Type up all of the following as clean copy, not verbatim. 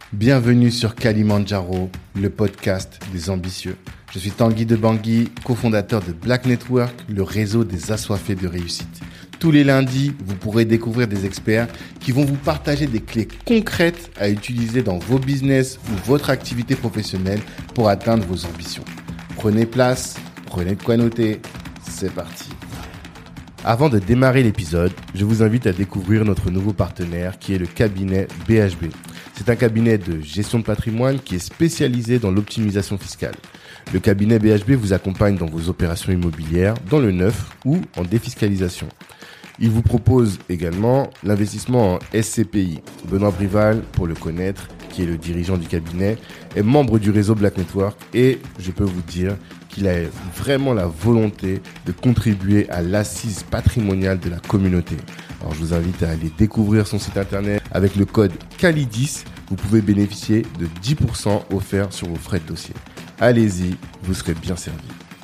Bienvenue sur Kalimandjaro, le podcast des ambitieux. Je suis Tanguy de Bangui, cofondateur de Black Network, le réseau des assoiffés de réussite. Tous les lundis, vous pourrez découvrir des experts qui vont vous partager des clés concrètes à utiliser dans vos business ou votre activité professionnelle pour atteindre vos ambitions. Prenez place, prenez de quoi noter, c'est parti. Avant de démarrer l'épisode, je vous invite à découvrir notre nouveau partenaire qui est le cabinet BHB. C'est un cabinet de gestion de patrimoine qui est spécialisé dans l'optimisation fiscale. Le cabinet BHB vous accompagne dans vos opérations immobilières, dans le neuf ou en défiscalisation. Il vous propose également l'investissement en SCPI. Benoît Brival, pour le connaître, qui est le dirigeant du cabinet, est membre du réseau Black Network et je peux vous dire qu'il a vraiment la volonté de contribuer à l'assise patrimoniale de la communauté. Alors je vous invite à aller découvrir son site internet avec le code CALI10. Vous pouvez bénéficier de 10% offerts sur vos frais de dossier. Allez-y, vous serez bien servi.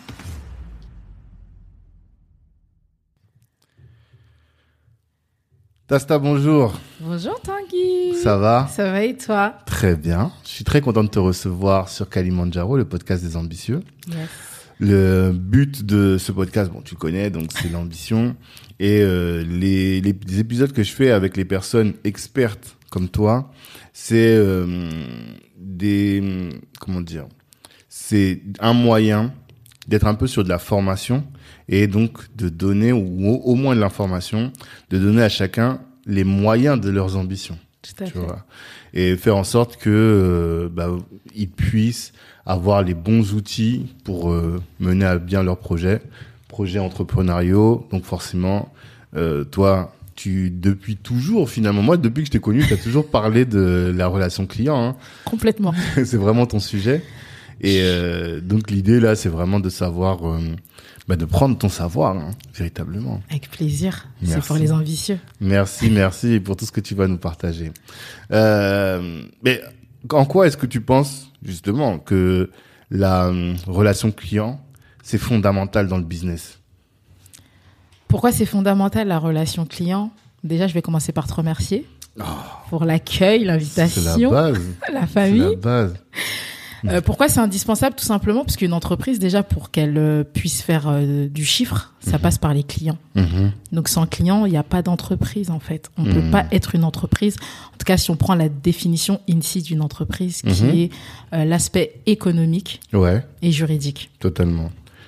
Tasta, bonjour. Bonjour Tanguy. Ça va ? Ça va et toi ? Très bien. Je suis très content de te recevoir sur Kalimandjaro, le podcast des ambitieux. Yes. Le but de ce podcast, bon, tu connais, donc c'est l'ambition. Et les épisodes que je fais avec les personnes expertes comme toi, c'est c'est un moyen d'être un peu sur de la formation et donc de donner, ou au moins de l'information, de donner à chacun les moyens de leurs ambitions. Tout à fait. Vois, et faire en sorte que ils puissent avoir les bons outils pour mener à bien leurs projets entrepreneuriaux. Donc forcément, toi, depuis toujours, finalement, moi, depuis que je t'ai connu, tu as toujours parlé de la relation client. Hein. Complètement. C'est vraiment ton sujet. Et donc l'idée là, c'est vraiment de savoir, de prendre ton savoir, hein, véritablement. Avec plaisir. Merci. C'est pour les ambitieux. Merci pour tout ce que tu vas nous partager. Mais en quoi est-ce que tu penses justement que la relation client, c'est fondamental dans le business ? Pourquoi c'est fondamental la relation client ? Déjà, je vais commencer par te remercier pour l'accueil, l'invitation, c'est la base. la famille. C'est la base. Pourquoi c'est indispensable ? Tout simplement parce qu'une entreprise, déjà, pour qu'elle puisse faire du chiffre, ça passe par les clients. Donc, sans clients, il n'y a pas d'entreprise, en fait. On ne peut pas être une entreprise. En tout cas, si on prend la définition INSEE d'une entreprise, qui est l'aspect économique et juridique. Totalement.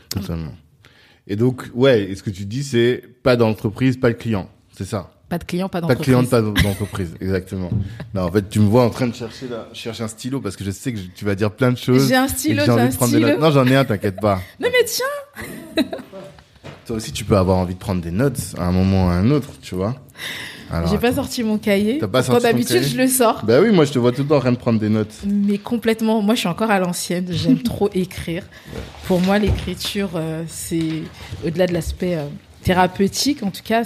Et donc, ce que tu dis, c'est pas d'entreprise, pas de client. C'est ça. Pas de client, pas d'entreprise. Pas de client, pas d'entreprise, exactement. Non, en fait, tu me vois en train de chercher un stylo parce que je sais que tu vas dire plein de choses. J'ai un stylo, Non, j'en ai un, t'inquiète pas. Non, mais tiens. Toi aussi, tu peux avoir envie de prendre des notes à un moment ou à un autre, tu vois. Alors, j'ai pas sorti mon cahier. T'as pas sorti ton d'habitude, cahier ? je le sors. Bah oui, moi, je te vois tout le temps en train de prendre des notes. Mais complètement. Moi, je suis encore à l'ancienne. J'aime trop écrire. Pour moi, l'écriture, c'est au-delà de l'aspect thérapeutique. En tout cas,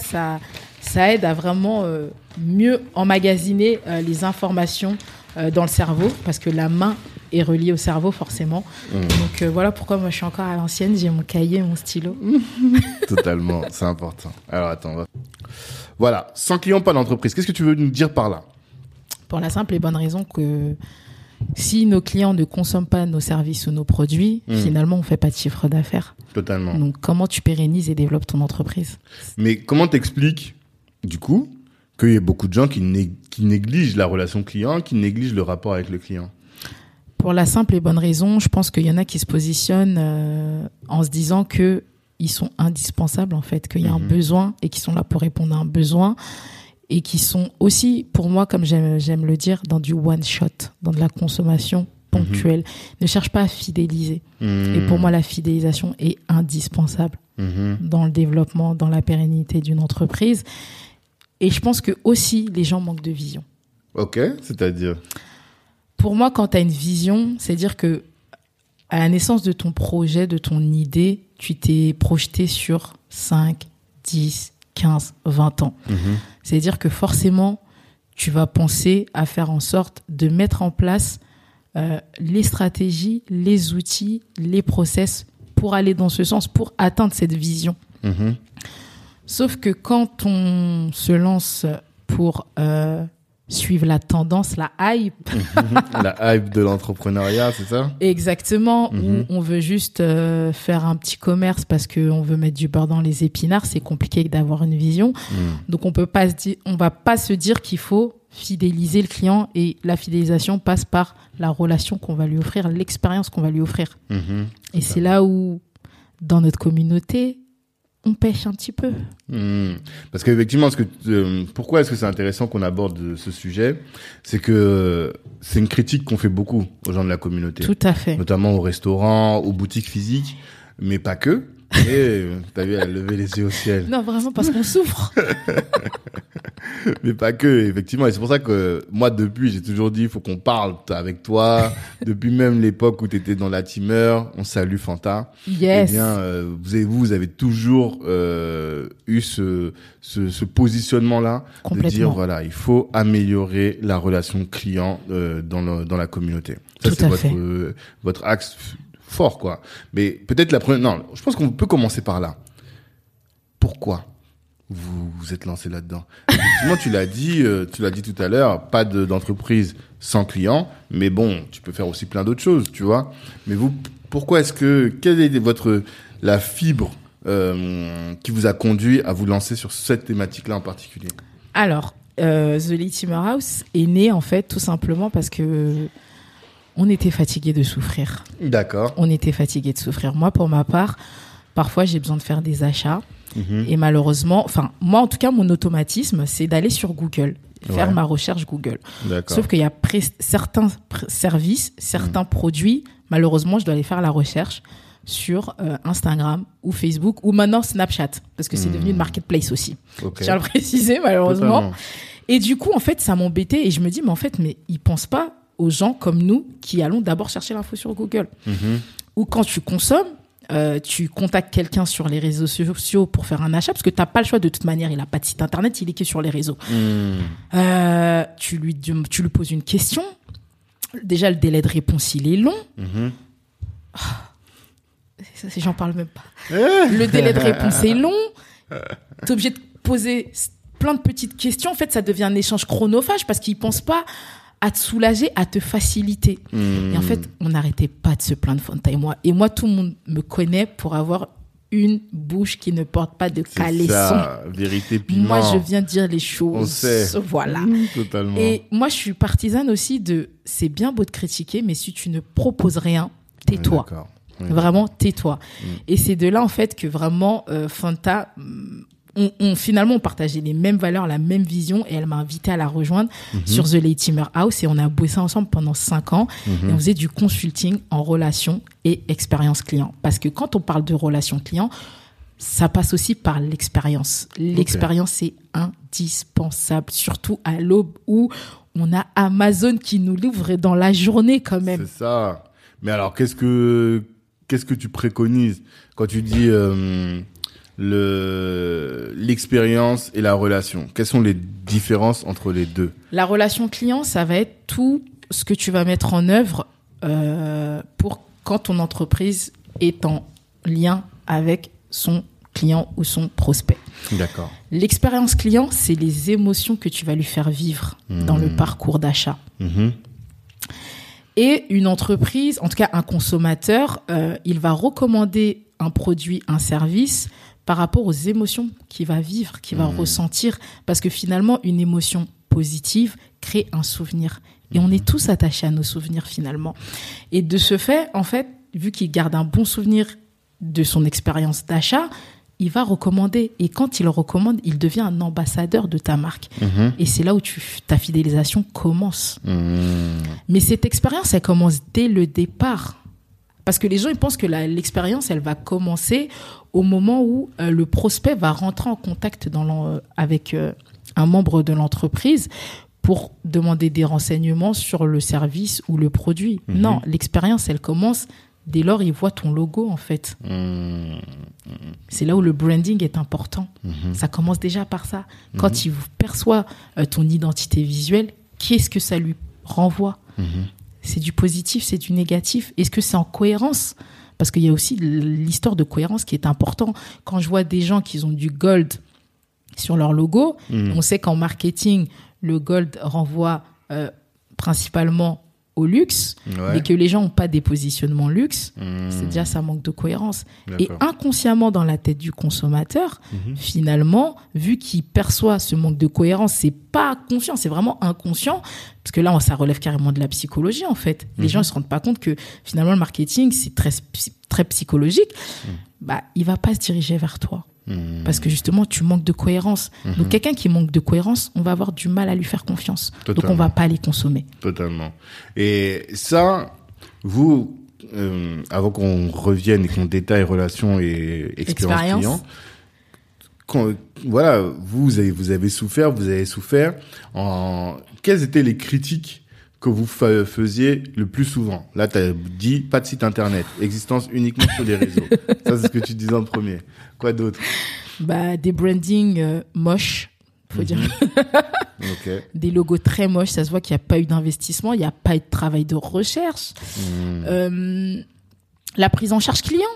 ça aide à vraiment mieux emmagasiner les informations dans le cerveau parce que la main est reliée au cerveau forcément. Donc voilà pourquoi moi je suis encore à l'ancienne, j'ai mon cahier et mon stylo. Totalement, c'est important. Alors attends, voilà, sans client, pas d'entreprise. Qu'est-ce que tu veux nous dire par là ? Pour la simple et bonne raison que si nos clients ne consomment pas nos services ou nos produits, finalement on fait pas de chiffre d'affaires. Totalement. Donc comment tu pérennises et développes ton entreprise ? Mais comment t'expliques du coup, qu'il y ait beaucoup de gens qui négligent la relation client, qui négligent le rapport avec le client ? Pour la simple et bonne raison, je pense qu'il y en a qui se positionnent en se disant que ils sont indispensables en fait, qu'il y a un besoin et qui sont là pour répondre à un besoin et qui sont aussi, pour moi, comme j'aime le dire, dans du one shot, dans de la consommation ponctuelle. Ne cherche pas à fidéliser. Et pour moi, la fidélisation est indispensable dans le développement, dans la pérennité d'une entreprise. Et je pense que aussi les gens manquent de vision. Ok, c'est-à-dire ? Pour moi, quand tu as une vision, c'est dire que à la naissance de ton projet, de ton idée, tu t'es projeté sur 5, 10, 15, 20 ans. C'est-à-dire que forcément, tu vas penser à faire en sorte de mettre en place les stratégies, les outils, les process pour aller dans ce sens, pour atteindre cette vision. Sauf que quand on se lance pour suivre la tendance, la hype. La hype de l'entrepreneuriat, c'est ça? Exactement. Où on veut juste faire un petit commerce parce qu'on veut mettre du beurre dans les épinards. C'est compliqué d'avoir une vision. Donc, on va pas se dire qu'il faut fidéliser le client, et la fidélisation passe par la relation qu'on va lui offrir, l'expérience qu'on va lui offrir. Et c'est là où, dans notre communauté, on pêche un petit peu. Parce qu'effectivement, pourquoi est-ce que c'est intéressant qu'on aborde ce sujet? C'est que c'est une critique qu'on fait beaucoup aux gens de la communauté. Tout à fait. Notamment aux restaurants, aux boutiques physiques, mais pas que. Et t'as vu, elle a levé les yeux au ciel. Non, vraiment, parce qu'on souffre. Mais pas que, effectivement. Et c'est pour ça que moi, depuis, j'ai toujours dit, il faut qu'on parle avec toi. Depuis même l'époque où tu étais dans la teamer, on salue Fanta. Yes. Eh bien, vous avez toujours eu ce positionnement-là de dire, voilà, il faut améliorer la relation client dans la communauté. Ça, c'est votre axe fort, quoi. Mais peut-être je pense qu'on peut commencer par là. Pourquoi vous êtes lancé là-dedans? Effectivement, tu l'as dit tout à l'heure, pas d'entreprise sans client, mais bon, tu peux faire aussi plein d'autres choses, tu vois. Mais vous, quelle est la fibre qui vous a conduit à vous lancer sur cette thématique-là en particulier? Alors, The Legitimer House est né, en fait, tout simplement parce que on était fatigué de souffrir. D'accord. On était fatigué de souffrir. Moi, pour ma part, parfois, j'ai besoin de faire des achats. Et malheureusement, moi, en tout cas, mon automatisme, c'est d'aller sur Google, faire ma recherche Google. D'accord. Sauf qu'il y a certains services, certains produits, malheureusement, je dois aller faire la recherche sur Instagram ou Facebook ou maintenant Snapchat, parce que c'est devenu une marketplace aussi. Okay. Je tiens à le préciser, malheureusement. Totalement. Et du coup, en fait, ça m'embêtait et je me dis, mais ils pensent pas aux gens comme nous qui allons d'abord chercher l'info sur Google. Ou quand tu consommes, tu contactes quelqu'un sur les réseaux sociaux pour faire un achat, parce que tu n'as pas le choix de toute manière, il n'a pas de site internet, il est que sur les réseaux. Tu lui poses une question. Déjà, le délai de réponse, il est long. J'en parle même pas. Le délai de réponse est long. Tu es obligé de poser plein de petites questions. En fait, ça devient un échange chronophage parce qu'ils ne pensent pas à te soulager, à te faciliter. Et en fait, on n'arrêtait pas de se plaindre, Fanta et moi. Et moi, tout le monde me connaît pour avoir une bouche qui ne porte pas de caleçon. C'est ça, vérité piment. Moi, je viens dire les choses. On sait. Voilà. Totalement. Et moi, je suis partisane aussi c'est bien beau de critiquer, mais si tu ne proposes rien, tais-toi. D'accord. Vraiment, tais-toi. Et c'est de là, en fait, que vraiment, Fanta... Finalement, on partageait les mêmes valeurs, la même vision, et elle m'a invité à la rejoindre sur The Legitimer House, et on a bossé ensemble pendant 5 ans, et on faisait du consulting en relation et expérience client. Parce que quand on parle de relation client, ça passe aussi par l'expérience. L'expérience, c'est indispensable, surtout à l'aube où on a Amazon qui nous l'ouvre dans la journée quand même. C'est ça. Mais alors, qu'est-ce que tu préconises quand tu dis... l'expérience et la relation. Quelles sont les différences entre les deux? La relation client, ça va être tout ce que tu vas mettre en œuvre pour quand ton entreprise est en lien avec son client ou son prospect. D'accord. L'expérience client, c'est les émotions que tu vas lui faire vivre dans le parcours d'achat. Et une entreprise, en tout cas un consommateur, il va recommander un produit, un service par rapport aux émotions qu'il va vivre, qu'il va ressentir. Parce que finalement, une émotion positive crée un souvenir. Et on est tous attachés à nos souvenirs finalement. Et de ce fait, en fait, vu qu'il garde un bon souvenir de son expérience d'achat, il va recommander. Et quand il recommande, il devient un ambassadeur de ta marque. Et c'est là où ta fidélisation commence. Mais cette expérience, elle commence dès le départ. Parce que les gens, ils pensent que l'expérience, elle va commencer au moment où le prospect va rentrer en contact avec un membre de l'entreprise pour demander des renseignements sur le service ou le produit. Non, l'expérience, elle commence dès lors il voit ton logo, en fait. C'est là où le branding est important. Ça commence déjà par ça. Quand il perçoit ton identité visuelle, qu'est-ce que ça lui renvoie ? C'est du positif, c'est du négatif. Est-ce que c'est en cohérence ? Parce qu'il y a aussi l'histoire de cohérence qui est important. Quand je vois des gens qui ont du gold sur leur logo, on sait qu'en marketing, le gold renvoie principalement au luxe, mais que les gens n'ont pas des positionnements luxe, c'est déjà ça manque de cohérence. D'accord. Et inconsciemment dans la tête du consommateur, finalement, vu qu'il perçoit ce manque de cohérence, c'est pas conscient, c'est vraiment inconscient, parce que là, ça relève carrément de la psychologie en fait. Les gens ne se rendent pas compte que finalement le marketing, c'est très psychologique. Bah, il va pas se diriger vers toi. Parce que justement, tu manques de cohérence. Donc, quelqu'un qui manque de cohérence, on va avoir du mal à lui faire confiance. Totalement. Donc, on va pas les consommer. Totalement. Et ça, vous, avant qu'on revienne et qu'on détaille relations et expérience client, voilà, vous avez souffert. Quelles étaient les critiques que vous faisiez le plus souvent? Là, tu as dit pas de site internet, existence uniquement sur les réseaux. Ça, c'est ce que tu disais en premier. Quoi d'autre? Bah, des brandings moches, faut dire. Okay. Des logos très moches, ça se voit qu'il n'y a pas eu d'investissement, il n'y a pas eu de travail de recherche. La prise en charge client,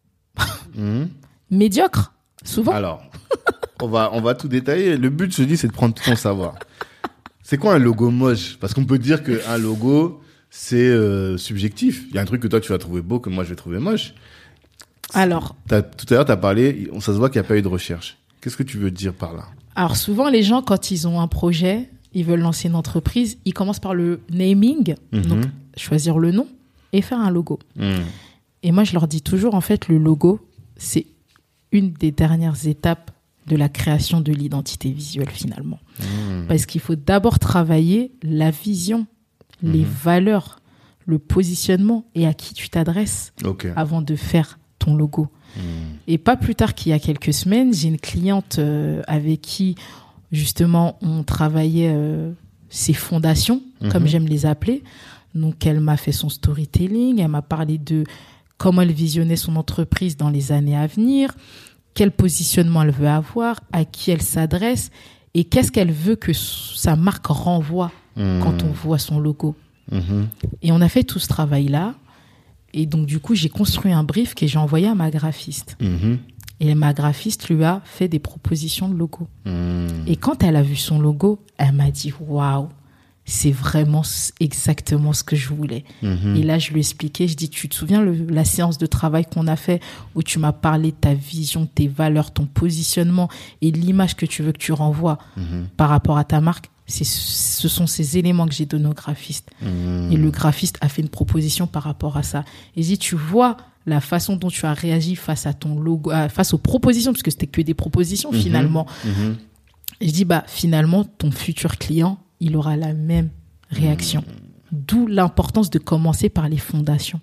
médiocre, souvent. Alors, on va tout détailler. Le but, je dis, c'est de prendre tout ton savoir. C'est quoi un logo moche? Parce qu'on peut dire qu'un logo, c'est subjectif. Il y a un truc que toi, tu vas trouver beau, que moi, je vais trouver moche. Alors, tout à l'heure, tu as parlé, ça se voit qu'il n'y a pas eu de recherche. Qu'est-ce que tu veux dire par là? Alors, souvent, les gens, quand ils ont un projet, ils veulent lancer une entreprise, ils commencent par le naming, donc choisir le nom et faire un logo. Et moi, je leur dis toujours, en fait, le logo, c'est une des dernières étapes de la création de l'identité visuelle, finalement. Parce qu'il faut d'abord travailler la vision, les valeurs, le positionnement et à qui tu t'adresses avant de faire ton logo. Et pas plus tard qu'il y a quelques semaines, j'ai une cliente avec qui, justement, on travaillait ses fondations, comme j'aime les appeler. Donc, elle m'a fait son storytelling, elle m'a parlé de comment elle visionnait son entreprise dans les années à venir, quel positionnement elle veut avoir, à qui elle s'adresse et qu'est-ce qu'elle veut que sa marque renvoie quand on voit son logo. Et on a fait tout ce travail-là. Et donc, du coup, j'ai construit un brief que j'ai envoyé à ma graphiste. Et ma graphiste lui a fait des propositions de logo. Et quand elle a vu son logo, elle m'a dit « Waouh, c'est vraiment exactement ce que je voulais. » Et là, je lui ai expliqué, je dis « Tu te souviens la séance de travail qu'on a fait où tu m'as parlé de ta vision, tes valeurs, ton positionnement et l'image que tu veux que tu renvoies par rapport à ta marque ?» Ce sont ces éléments que j'ai donnés au graphiste. Et le graphiste a fait une proposition par rapport à ça. Et je dis, tu vois la façon dont tu as réagi face à ton logo, face aux propositions, parce que c'était que des propositions finalement. Et je dis, bah, finalement, ton futur client, il aura la même réaction. D'où l'importance de commencer par les fondations.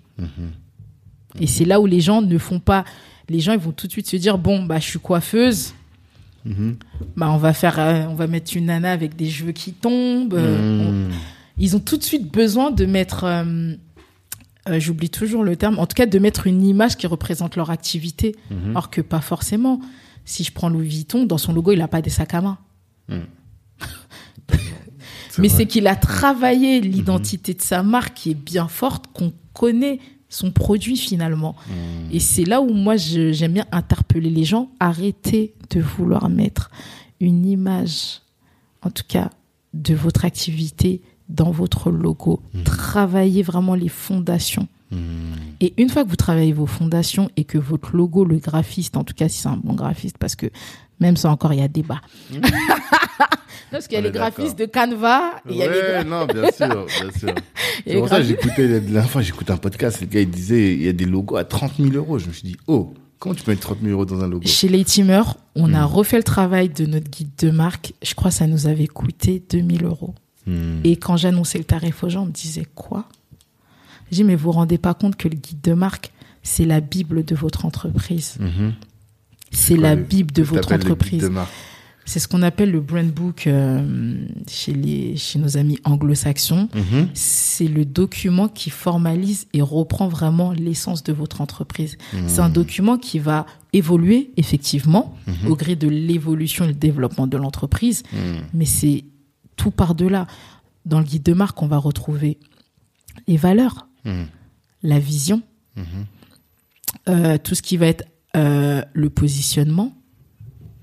Et c'est là où les gens ne font pas... Les gens, ils vont tout de suite se dire, bon, bah, je suis coiffeuse. Bah, on va mettre une nana avec des cheveux qui tombent. Ils ont tout de suite besoin de mettre, j'oublie toujours le terme, en tout cas de mettre une image qui représente leur activité. Alors que pas forcément. Si je prends Louis Vuitton, dans son logo, il n'a pas des sacs à main. Mais c'est qu'il a travaillé l'identité de sa marque qui est bien forte, qu'on connaît son produit finalement. Et c'est là où moi j'aime bien interpeller les gens. Arrêtez de vouloir mettre une image, en tout cas de votre activité, dans votre logo. Travaillez vraiment les fondations. Et une fois que vous travaillez vos fondations et que votre logo, le graphiste, en tout cas si c'est un bon graphiste, parce que même ça encore il y a débat. Parce qu'il y a les graphistes de Canva. Et il y a non, bien sûr. C'est pour ça que j'écoutais un podcast, le gars il disait il y a des logos à 30 000 €. Je me suis dit, oh, comment tu peux mettre 30 000 € dans un logo? Chez Latimer, on a refait le travail de notre guide de marque. Je crois que ça nous avait coûté 2 000 €. Et quand j'annonçais le tarif aux gens, on me disait quoi? J'ai dit, mais vous vous rendez pas compte que le guide de marque, c'est la Bible de votre entreprise. C'est la Bible de votre entreprise. C'est ce qu'on appelle le brand book chez nos amis anglo-saxons. C'est le document qui formalise et reprend vraiment l'essence de votre entreprise. C'est un document qui va évoluer, effectivement, au gré de l'évolution et le développement de l'entreprise. Mais c'est tout par-delà. Dans le guide de marque, on va retrouver les valeurs, la vision, tout ce qui va être le positionnement,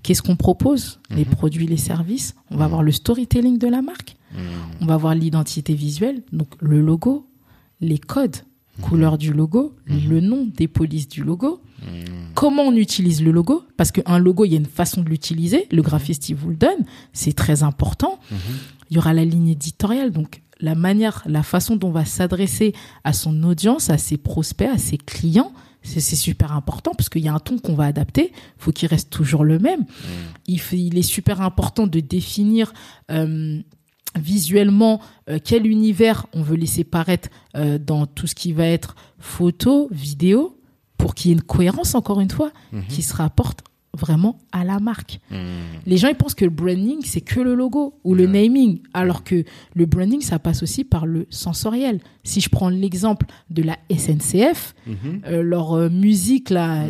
qu'est-ce qu'on propose? Les produits, les services. On va avoir le storytelling de la marque. On va avoir l'identité visuelle, donc le logo, les codes, couleur du logo, le nom des polices du logo. Comment on utilise le logo? Parce qu'un logo, il y a une façon de l'utiliser. Le graphiste, il vous le donne. C'est très important. Il y aura la ligne éditoriale, donc la manière, la façon dont on va s'adresser à son audience, à ses prospects, à ses clients. C'est super important parce qu'il y a un ton qu'on va adapter. Il faut qu'il reste toujours le même. Il est super important de définir visuellement quel univers on veut laisser paraître dans tout ce qui va être photo, vidéo, pour qu'il y ait une cohérence, encore une fois, qui se rapporte vraiment à la marque. Les gens, ils pensent que le branding, c'est que le logo ou le naming, alors que le branding, ça passe aussi par le sensoriel. Si je prends l'exemple de la SNCF, leur musique, là,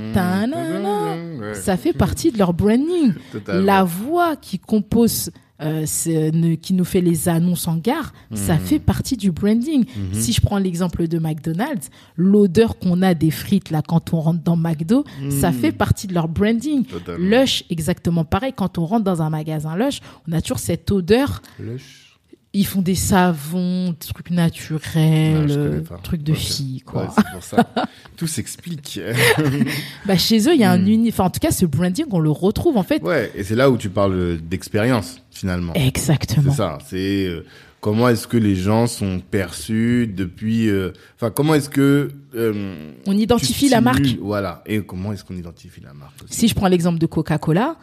ça fait partie de leur branding. Totalement. La voix qui compose qui nous fait les annonces en gare, ça fait partie du branding. Si je prends l'exemple de McDonald's, l'odeur qu'on a des frites là quand on rentre dans McDo, ça fait partie de leur branding. Totalement. Lush, exactement pareil. Quand on rentre dans un magasin Lush, on a toujours cette odeur. Lush. Ils font des savons, des trucs naturels, trucs de filles, quoi. Ouais, c'est pour ça. Tout s'explique. Chez eux, il y a en tout cas, ce branding, on le retrouve, en fait. Ouais, et c'est là où tu parles d'expérience, finalement. Exactement. C'est ça. C'est comment est-ce que les gens sont perçus depuis, comment est-ce que, on identifie la marque. Voilà. Et comment est-ce qu'on identifie la marque aussi. Si je prends l'exemple de Coca-Cola,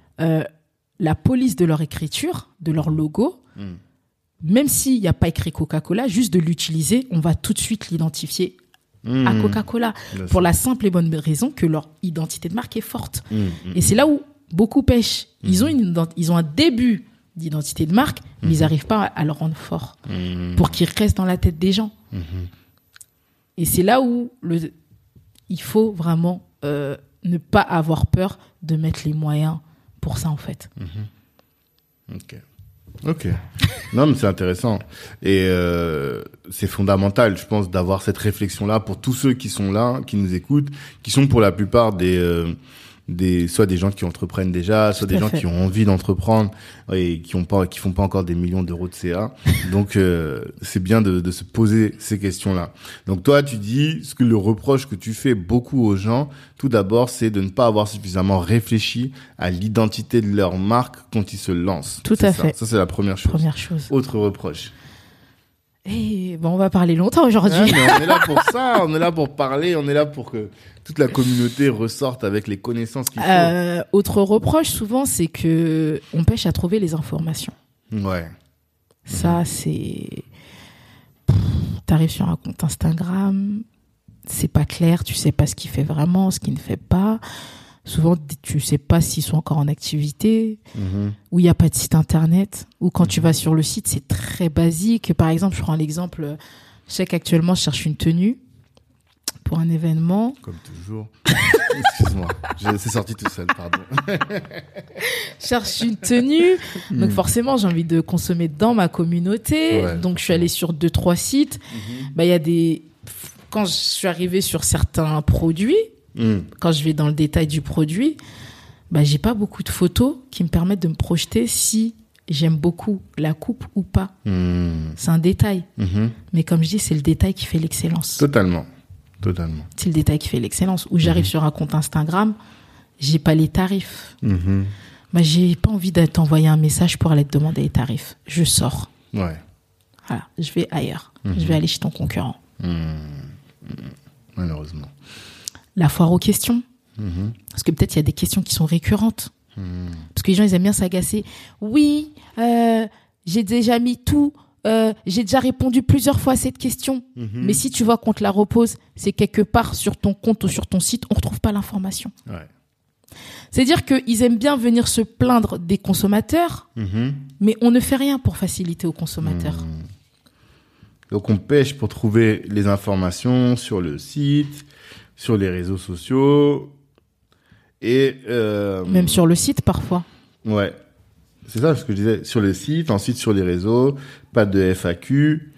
la police de leur écriture, de leur logo, même s'il n'y a pas écrit Coca-Cola, juste de l'utiliser, on va tout de suite l'identifier à Coca-Cola. Pour la simple et bonne raison que leur identité de marque est forte. Et c'est là où beaucoup pêchent. Ils ont un début d'identité de marque, mais ils n'arrivent pas à le rendre fort pour qu'il reste dans la tête des gens. Et c'est là où il faut vraiment ne pas avoir peur de mettre les moyens pour ça, en fait. Ok. Non, mais c'est intéressant. Et c'est fondamental, je pense, d'avoir cette réflexion-là pour tous ceux qui sont là, qui nous écoutent, qui sont pour la plupart soit des gens qui entreprennent déjà, soit des gens qui ont envie d'entreprendre et qui font pas encore des millions d'euros de CA. Donc c'est bien de se poser ces questions-là. Donc toi, tu dis ce que le reproche que tu fais beaucoup aux gens, tout d'abord, c'est de ne pas avoir suffisamment réfléchi à l'identité de leur marque quand ils se lancent. Tout à fait. Ça c'est la première chose. Autre reproche. On va parler longtemps aujourd'hui. Mais on est là pour ça, on est là pour parler, on est là pour que toute la communauté ressorte avec les connaissances qu'il faut. Autre reproche, souvent, c'est que on pêche à trouver les informations. Ouais. Ça, c'est... T'arrives sur un compte Instagram, c'est pas clair, tu sais pas ce qu'il fait vraiment, ce qu'il ne fait pas. Souvent, tu sais pas s'ils sont encore en activité, ou il n'y a pas de site internet, ou quand tu vas sur le site, c'est très basique. Par exemple, je prends l'exemple, je sais qu'actuellement, je cherche une tenue pour un événement. Comme toujours. Excuse-moi, c'est sorti tout seul, pardon. Je cherche une tenue, donc forcément, j'ai envie de consommer dans ma communauté. Ouais. Donc, je suis allée sur 2-3 sites. Il y a quand je suis arrivée sur certains produits, quand je vais dans le détail du produit, j'ai pas beaucoup de photos qui me permettent de me projeter si j'aime beaucoup la coupe ou pas. C'est un détail. Mais comme je dis, c'est le détail qui fait l'excellence. Totalement. C'est le détail qui fait l'excellence. Où j'arrive sur un compte Instagram, j'ai pas les tarifs. J'ai pas envie de t'envoyer un message pour aller te demander les tarifs. Je sors. Ouais. Voilà, je vais ailleurs. Je vais aller chez ton concurrent. Malheureusement. La foire aux questions. Parce que peut-être il y a des questions qui sont récurrentes. Parce que les gens, ils aiment bien s'agacer. Oui, j'ai déjà mis tout. J'ai déjà répondu plusieurs fois à cette question. Mais si tu vois qu'on te la repose, c'est quelque part sur ton compte ou sur ton site, on ne retrouve pas l'information. Ouais. C'est-à-dire qu'ils aiment bien venir se plaindre des consommateurs, mais on ne fait rien pour faciliter aux consommateurs. Donc on pêche pour trouver les informations sur le site, sur les réseaux sociaux et même sur le site parfois. Ouais, c'est ça ce que je disais, sur le site, ensuite sur les réseaux, pas de FAQ.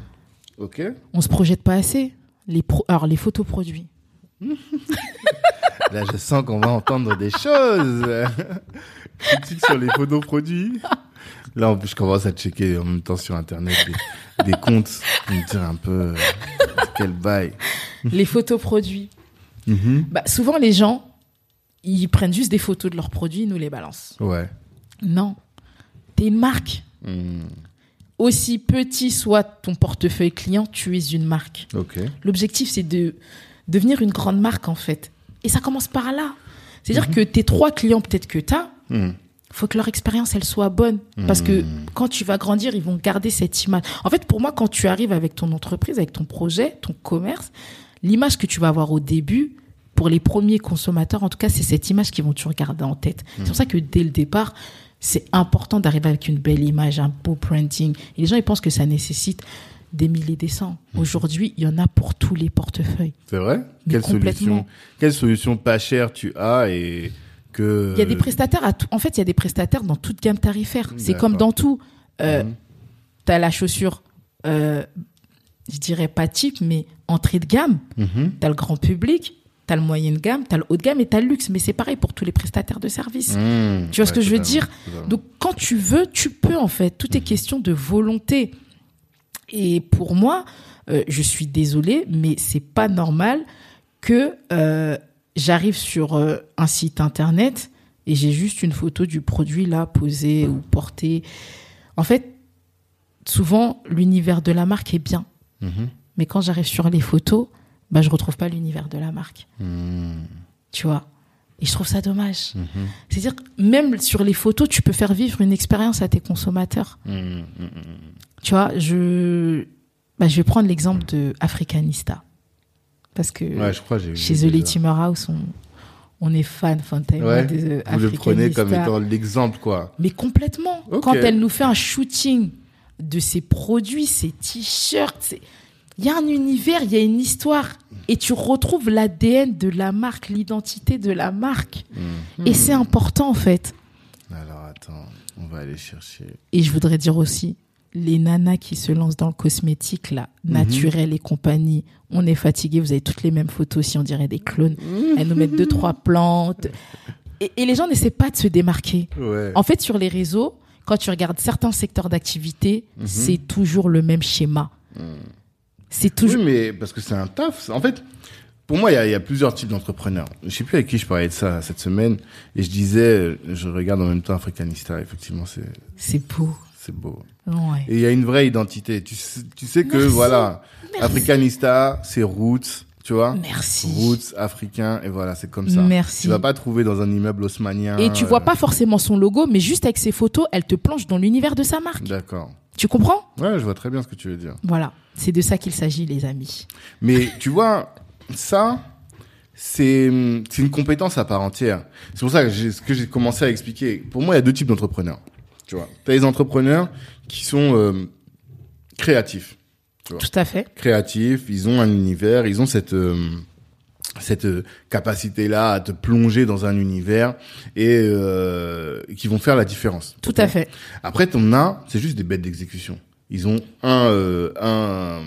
Ok. On se projette pas assez. Alors les photos produits. Là, je sens qu'on va entendre des choses. Critique sur les photos produits. Là, en plus, je commence à checker en même temps sur Internet des comptes pour me dire un peu quel bail. Les photos produits. Bah, souvent, les gens, ils prennent juste des photos de leurs produits, ils nous les balancent. Ouais. Non. T'es une marque. Aussi petit soit ton portefeuille client, tu es une marque. Ok. L'objectif, c'est de devenir une grande marque, en fait. Et ça commence par là. C'est-à-dire que tes 3 clients, peut-être que t'as, faut que leur expérience, elle soit bonne. Parce que quand tu vas grandir, ils vont garder cette image. En fait, pour moi, quand tu arrives avec ton entreprise, avec ton projet, ton commerce, l'image que tu vas avoir au début, pour les premiers consommateurs, en tout cas, c'est cette image qu'ils vont toujours garder en tête. C'est pour ça que dès le départ, c'est important d'arriver avec une belle image, un beau branding. Et les gens, ils pensent que ça nécessite des milliers, des cents. Aujourd'hui, il y en a pour tous les portefeuilles. C'est vrai? Quelle solution pas chère tu as et que... Il y a des prestataires en fait, il y a des prestataires dans toute gamme tarifaire. C'est comme dans tout. T'as la chaussure, je dirais pas type, mais entrée de gamme. T'as le grand public. T'as le moyenne gamme, t'as le haut de gamme et t'as le luxe. Mais c'est pareil pour tous les prestataires de services. Tu vois ce que je veux dire? Donc, quand tu veux, tu peux, en fait. Tout est question de volonté. Et pour moi, je suis désolée, mais c'est pas normal que j'arrive sur un site internet et j'ai juste une photo du produit là, posé ou porté. En fait, souvent, l'univers de la marque est bien. Mais quand j'arrive sur les photos, bah, je retrouve pas l'univers de la marque. Tu vois? Et je trouve ça dommage. C'est-à-dire que même sur les photos, tu peux faire vivre une expérience à tes consommateurs. Tu vois, je vais prendre l'exemple de Africanista. Parce que je crois, j'ai chez The Latimer House, on est fan de Africanista. Vous le prenez comme étant l'exemple, quoi. Mais complètement. Okay. Quand elle nous fait un shooting de ses produits, ses t-shirts, il y a un univers, il y a une histoire. Et tu retrouves l'ADN de la marque, l'identité de la marque. Et c'est important, en fait. Alors, attends, on va aller chercher. Et je voudrais dire aussi, les nanas qui se lancent dans le cosmétique, là, naturel et compagnie, on est fatigué, vous avez toutes les mêmes photos, si on dirait des clones. Elles nous mettent 2-3 plantes. Et les gens n'essaient pas de se démarquer. Ouais. En fait, sur les réseaux, quand tu regardes certains secteurs d'activité, c'est toujours le même schéma. C'est toujours... Oui, mais parce que c'est un taf. En fait, pour moi, il y a plusieurs types d'entrepreneurs. Je sais plus avec qui je parlais de ça cette semaine. Et je disais, je regarde en même temps Africanista. Effectivement, c'est beau. C'est beau. Ouais. Et il y a une vraie identité. Tu sais que, voilà, Africanista, c'est roots, tu vois. Merci. Roots, africain, et voilà, c'est comme ça. Merci. Tu vas pas trouver dans un immeuble haussmannien. Et tu vois pas forcément son logo, mais juste avec ses photos, elle te plonge dans l'univers de sa marque. D'accord. Tu comprends? Ouais, je vois très bien ce que tu veux dire. Voilà. C'est de ça qu'il s'agit, les amis. Mais tu vois, ça, c'est une compétence à part entière. C'est pour ça que j'ai commencé à expliquer. Pour moi, il y a 2 types d'entrepreneurs. Tu vois, t'as les entrepreneurs qui sont créatifs. Tu vois. Tout à fait. Créatifs, ils ont un univers, ils ont cette capacité-là à te plonger dans un univers et qui vont faire la différence. Tout à fait. Après, c'est juste des bêtes d'exécution. Ils ont un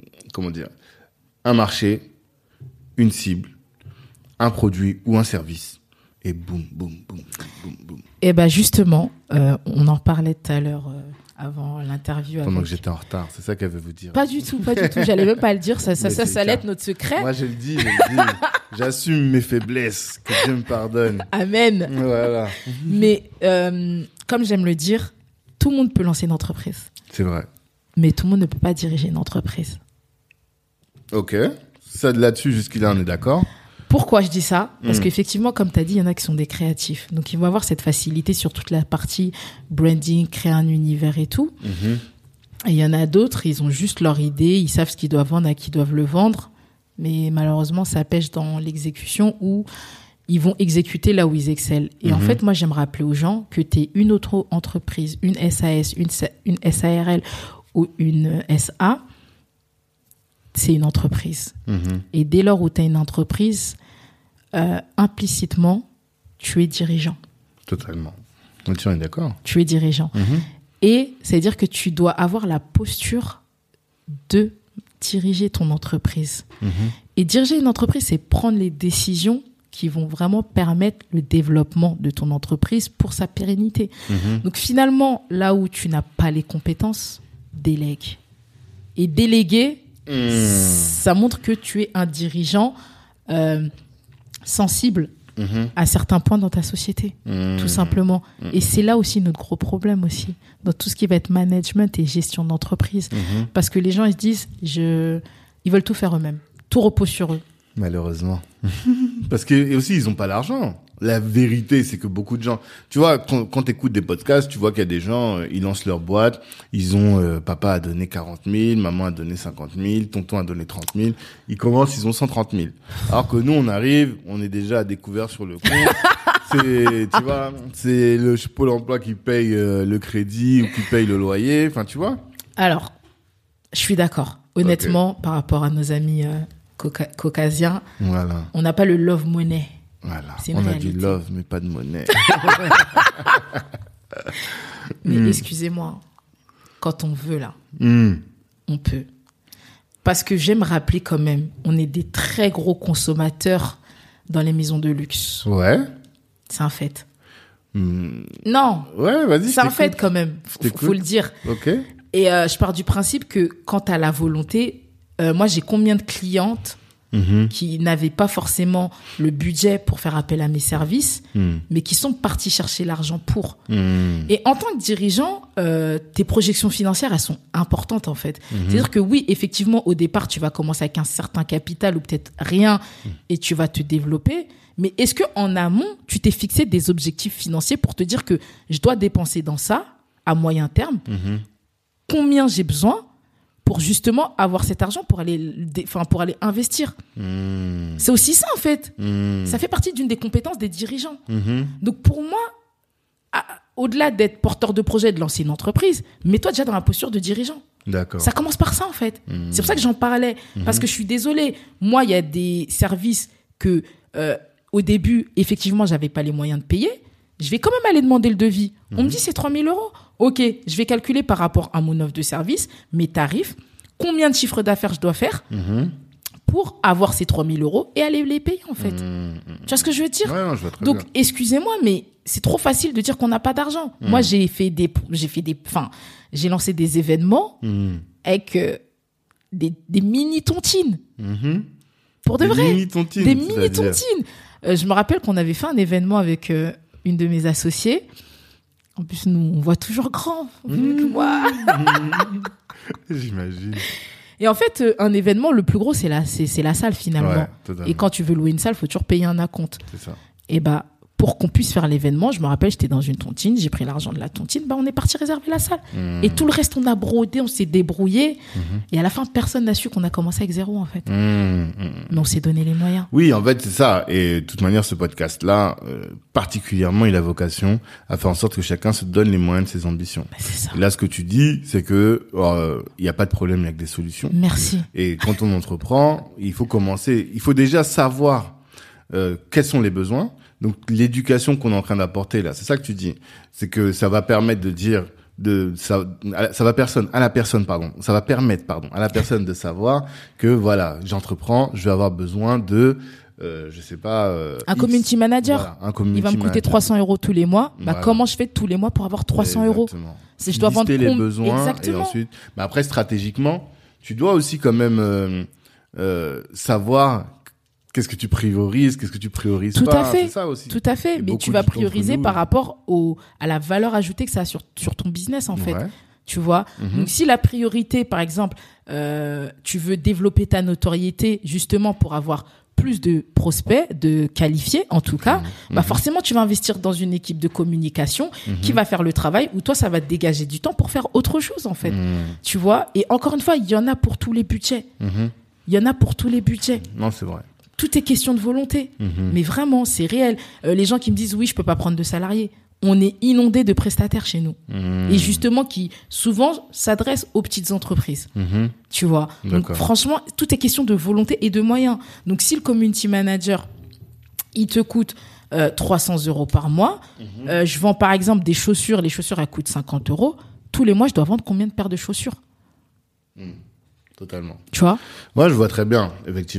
marché, une cible, un produit ou un service. Et boum, boum, boum, boum, boum. Et ben justement, on en parlait tout à l'heure avant l'interview. Pendant que j'étais en retard, c'est ça qu'elle veut vous dire. Pas du tout. J'allais même pas le dire. Ça allait être notre secret. Moi, je le dis. J'assume mes faiblesses. Que Dieu me pardonne. Amen. Voilà. Mais comme j'aime le dire, tout le monde peut lancer une entreprise. C'est vrai. Mais tout le monde ne peut pas diriger une entreprise. Ok. Ça, là-dessus, jusqu'à là, on est d'accord. Pourquoi je dis ça? Parce qu'effectivement, comme tu as dit, il y en a qui sont des créatifs. Donc, ils vont avoir cette facilité sur toute la partie branding, créer un univers et tout. Et il y en a d'autres, ils ont juste leur idée, ils savent ce qu'ils doivent vendre, à qui ils doivent le vendre. Mais malheureusement, ça pêche dans l'exécution où ils vont exécuter là où ils excellent. Et en fait, moi, j'aime rappeler aux gens que tu es une autre entreprise, une SAS, une SARL ou une SA, c'est une entreprise. Et dès lors où tu as une entreprise, implicitement, tu es dirigeant. Totalement. On est d'accord. Tu es dirigeant. Et c'est-à-dire que tu dois avoir la posture de diriger ton entreprise. Et diriger une entreprise, c'est prendre les décisions qui vont vraiment permettre le développement de ton entreprise pour sa pérennité. Donc finalement, là où tu n'as pas les compétences, délègue. Et déléguer, ça montre que tu es un dirigeant sensible à certains points dans ta société, tout simplement. Et c'est là aussi notre gros problème aussi, dans tout ce qui va être management et gestion d'entreprise. Parce que les gens, ils se disent, ils veulent tout faire eux-mêmes. Tout repose sur eux. Malheureusement. Parce que, et aussi, ils ont pas l'argent. La vérité, c'est que beaucoup de gens, tu vois, quand t'écoutes des podcasts, tu vois qu'il y a des gens, ils lancent leur boîte, ils ont, papa a donné 40 000, maman a donné 50 000, tonton a donné 30 000, ils commencent, ils ont 130 000. Alors que nous, on arrive, on est déjà à découvert sur le compte. Tu vois, c'est le Pôle emploi qui paye le crédit ou qui paye le loyer, enfin, tu vois. Alors, je suis d'accord. Honnêtement, par rapport à nos amis caucasiens, voilà. On n'a pas le love money. Voilà, on a du love, mais pas de monnaie. Mais excusez-moi, quand on veut, là, on peut. Parce que j'aime rappeler quand même, on est des très gros consommateurs dans les maisons de luxe. Ouais. C'est un fait. Non. Ouais, vas-y. C'est un fait quand même, faut le dire. Ok. Et je pars du principe que quand tu as la volonté, moi j'ai combien de clientes qui n'avaient pas forcément le budget pour faire appel à mes services, mais qui sont partis chercher l'argent pour. Et en tant que dirigeant, tes projections financières, elles sont importantes en fait. C'est-à-dire que oui, effectivement, au départ, tu vas commencer avec un certain capital ou peut-être rien et tu vas te développer. Mais est-ce que en amont, tu t'es fixé des objectifs financiers pour te dire que je dois dépenser dans ça à moyen terme, combien j'ai besoin pour justement avoir cet argent pour aller investir. C'est aussi ça en fait. Ça fait partie d'une des compétences des dirigeants. Donc pour moi, au-delà d'être porteur de projet, de lancer une entreprise, mets-toi déjà dans la posture de dirigeant. D'accord. Ça commence par ça en fait. C'est pour ça que j'en parlais. Parce que je suis désolée. Moi, il y a des services que au début, effectivement, j'avais pas les moyens de payer. Je vais quand même aller demander le devis. On me dit c'est 3 000 €. Ok, je vais calculer par rapport à mon offre de service, mes tarifs, combien de chiffre d'affaires je dois faire pour avoir ces 3 000 € et aller les payer en fait. Tu vois ce que je veux dire? Ouais, non, je vois très Donc, bien. excusez-moi, mais c'est trop facile de dire qu'on n'a pas d'argent. Moi, j'ai lancé des événements avec des mini tontines. Pour de vrai. Des mini tontines. Je me rappelle qu'on avait fait un événement avec une de mes associées. En plus, nous, on voit toujours grand. J'imagine. Et en fait, un événement, le plus gros, c'est la salle, finalement. Ouais, totalement. Et quand tu veux louer une salle, il faut toujours payer un acompte. C'est ça. Et pour qu'on puisse faire l'événement, je me rappelle, j'étais dans une tontine, j'ai pris l'argent de la tontine, on est parti réserver la salle. Et tout le reste, on a brodé, on s'est débrouillé. Et à la fin, personne n'a su qu'on a commencé avec 0, en fait. Mais on s'est donné les moyens. Oui, en fait, c'est ça. Et de toute manière, ce podcast-là, particulièrement, il a vocation à faire en sorte que chacun se donne les moyens de ses ambitions. C'est ça. Et là, ce que tu dis, c'est que il y a pas de problème avec des solutions. Merci. Et quand on entreprend, il faut déjà savoir quels sont les besoins. Donc l'éducation qu'on est en train d'apporter là, c'est ça que tu dis, c'est que ça va permettre de dire ça va permettre à la personne de savoir que voilà, j'entreprends, je vais avoir besoin de je sais pas un community manager. Voilà, un community il va me coûter 300 € tous les mois. Voilà. Comment je fais tous les mois pour avoir 300 €? Exactement. Si je dois vendre les besoins. Exactement. Et ensuite, mais après stratégiquement, tu dois aussi quand même savoir qu'est-ce que tu priorises, qu'est-ce que tu priorises tout pas. À fait. C'est ça aussi. Tout à fait. Mais tu vas prioriser par rapport à la valeur ajoutée que ça a sur ton business, en fait. Ouais. Tu vois? Donc, si la priorité, par exemple, tu veux développer ta notoriété justement pour avoir plus de prospects, de qualifiés, en tout cas, forcément, tu vas investir dans une équipe de communication qui va faire le travail où toi, ça va te dégager du temps pour faire autre chose, en fait. Tu vois? Et encore une fois, il y en a pour tous les budgets. Il y en a pour tous les budgets. Non, c'est vrai. Tout est question de volonté. Mais vraiment, c'est réel. Les gens qui me disent, oui, je peux pas prendre de salariés. On est inondé de prestataires chez nous. Et justement, qui souvent s'adressent aux petites entreprises. Tu vois. Donc, franchement, tout est question de volonté et de moyens. Donc, si le community manager, il te coûte 300 € par mois, je vends par exemple des chaussures. Les chaussures, elles coûtent 50 €. Tous les mois, je dois vendre combien de paires de chaussures? Totalement. Tu vois? Moi, je vois très bien, effectivement.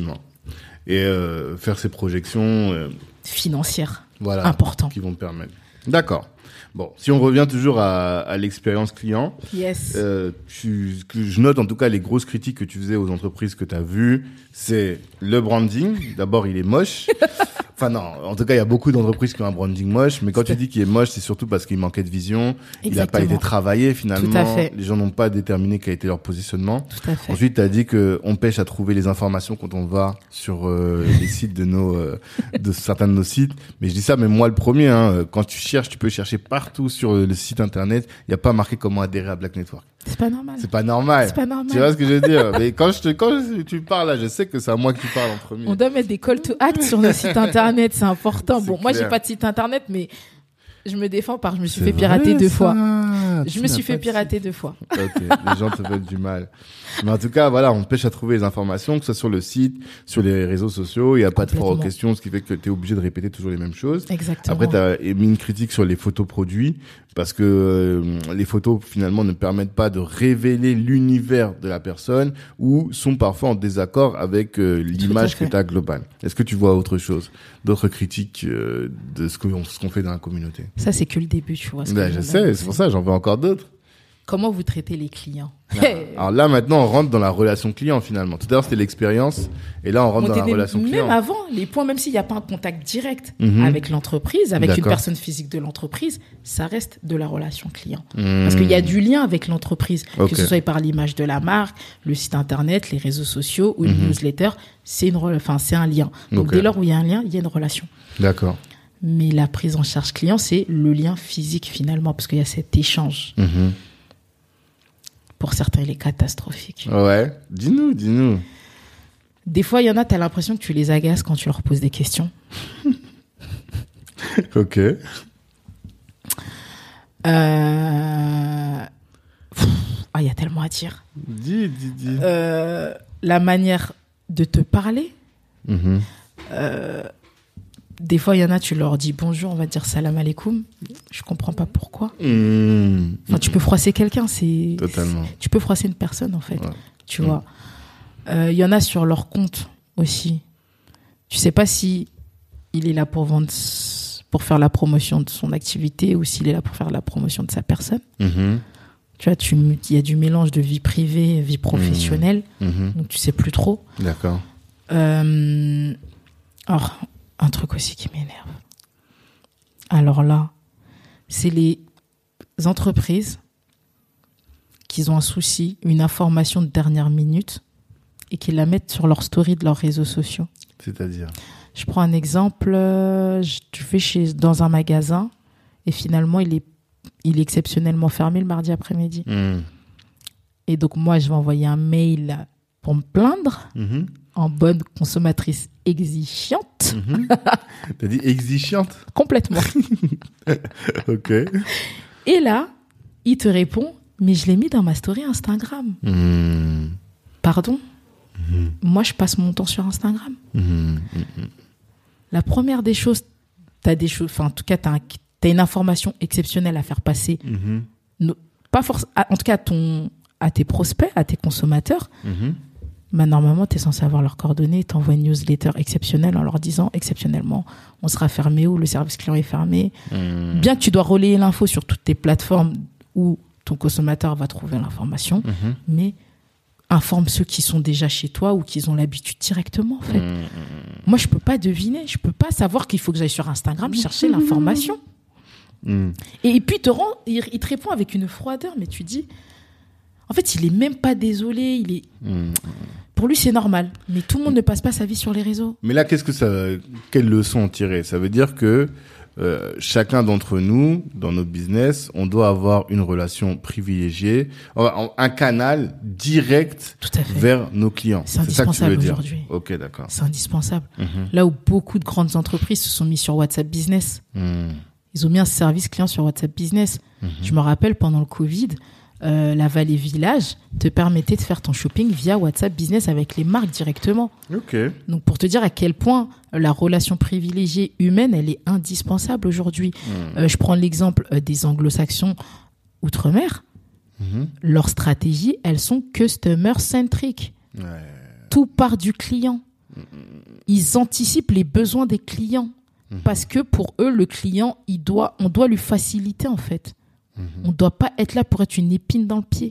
Et faire ces projections financières, voilà, important, qui vont te permettre. D'accord. Bon, si on revient toujours à l'expérience client, yes. Je note en tout cas les grosses critiques que tu faisais aux entreprises que tu as vues, c'est le branding. D'abord, il est moche. Enfin non, en tout cas, il y a beaucoup d'entreprises qui ont un branding moche, mais quand tu dis qu'il est moche, c'est surtout parce qu'il manquait de vision. Exactement. Il n'a pas été travaillé finalement. Tout à fait. Les gens n'ont pas déterminé quel était leur positionnement. Tout à fait. Ensuite, tu as dit que on pêche à trouver les informations quand on va sur les sites de certains de nos sites. Mais je dis ça, mais moi le premier, hein, quand tu cherches, tu peux chercher partout sur le site internet. Il n'y a pas marqué comment adhérer à Black Network. C'est pas normal. C'est pas normal. C'est pas normal. Tu vois ce que je veux dire? Mais quand tu parles là, je sais que c'est à moi que tu parles en premier. On doit mettre des call to act sur nos sites internet, c'est important. Bon, moi, clair. j'ai pas de site internet, mais je me défends par je me suis fait pirater 2 fois. Je me suis fait pirater 2 fois. Ok, les gens te veulent du mal. Mais en tout cas, voilà, on pêche à trouver les informations, que ce soit sur le site, sur les réseaux sociaux. Il n'y a pas de fort aux questions, ce qui fait que tu es obligé de répéter toujours les mêmes choses. Exactement. Après, tu as émis une critique sur les photos produits, parce que les photos, finalement, ne permettent pas de révéler l'univers de la personne ou sont parfois en désaccord avec l'image que tu as globale. Est-ce que tu vois autre chose? D'autres critiques de ce qu'on fait dans la communauté? Ça, c'est que le début, tu vois. Je sais, c'est pour ça, j'en veux encore d'autres. Comment vous traitez les clients? Alors là, maintenant, on rentre dans la relation client, finalement. Tout à l'heure, c'était l'expérience. Et là, on rentre dans la relation client. Même avant, les points, même s'il n'y a pas un contact direct avec l'entreprise, avec une personne physique de l'entreprise, ça reste de la relation client. Parce qu'il y a du lien avec l'entreprise. Que ce soit par l'image de la marque, le site internet, les réseaux sociaux ou une newsletter, c'est un lien. Donc, dès lors où il y a un lien, il y a une relation. D'accord. Mais la prise en charge client, c'est le lien physique, finalement, parce qu'il y a cet échange. Pour certains, il est catastrophique. Ouais, dis-nous. Des fois, il y en a, t'as l'impression que tu les agaces quand tu leur poses des questions. Ok. Il y a tellement à dire. Dis. La manière de te parler. Des fois, il y en a, tu leur dis bonjour, on va dire salam alaikum. Je comprends pas pourquoi. Enfin, tu peux froisser quelqu'un, Totalement. Tu peux froisser une personne, en fait. Ouais. Tu vois. Il y en a sur leur compte aussi. Tu sais pas si il est là pour vendre, pour faire la promotion de son activité ou s'il est là pour faire la promotion de sa personne. Tu vois, il y a du mélange de vie privée, vie professionnelle. Donc, tu sais plus trop. D'accord. Alors, un truc aussi qui m'énerve. Alors là, c'est les entreprises qui ont un souci, une information de dernière minute et qui la mettent sur leur story de leurs réseaux sociaux. C'est-à-dire ? Je prends un exemple. Tu vais dans un magasin et finalement, il est exceptionnellement fermé le mardi après-midi. Et donc, moi, je vais envoyer un mail pour me plaindre en bonne consommatrice exigeante. T'as dit exigeante ? Complètement. Ok. Et là, il te répond, mais je l'ai mis dans ma story Instagram. Pardon ? Moi, je passe mon temps sur Instagram. La première des choses, en tout cas, t'as une information exceptionnelle à faire passer. Pas forcément, en tout cas, à tes prospects, à tes consommateurs. Bah, normalement, tu es censé avoir leurs coordonnées, t'envoies une newsletter exceptionnelle en leur disant exceptionnellement, on sera fermé ou le service client est fermé. Bien que tu dois relayer l'info sur toutes tes plateformes où ton consommateur va trouver l'information, mais informe ceux qui sont déjà chez toi ou qui ont l'habitude directement, en fait. Moi, je peux pas deviner, je peux pas savoir qu'il faut que j'aille sur Instagram chercher l'information. Et puis, il te répond avec une froideur, mais tu dis... En fait, il est même pas désolé. Pour lui, c'est normal. Mais tout le monde ne passe pas sa vie sur les réseaux. Mais là, quelle leçon en tirer ? Ça veut dire que chacun d'entre nous, dans notre business, on doit avoir une relation privilégiée, un canal direct vers nos clients. C'est indispensable aujourd'hui. Ok, d'accord. C'est indispensable. Là où beaucoup de grandes entreprises se sont mis sur WhatsApp Business. Ils ont mis un service client sur WhatsApp Business. Je me rappelle, pendant le Covid... la Vallée Village te permettait de faire ton shopping via WhatsApp Business avec les marques directement. Okay. Donc, pour te dire à quel point la relation privilégiée humaine, elle est indispensable aujourd'hui. Je prends l'exemple des anglo-saxons outre-mer. Leurs stratégies, elles sont customer-centric. Tout part du client. Ils anticipent les besoins des clients. Parce que pour eux, le client, on doit lui faciliter, en fait. On ne doit pas être là pour être une épine dans le pied.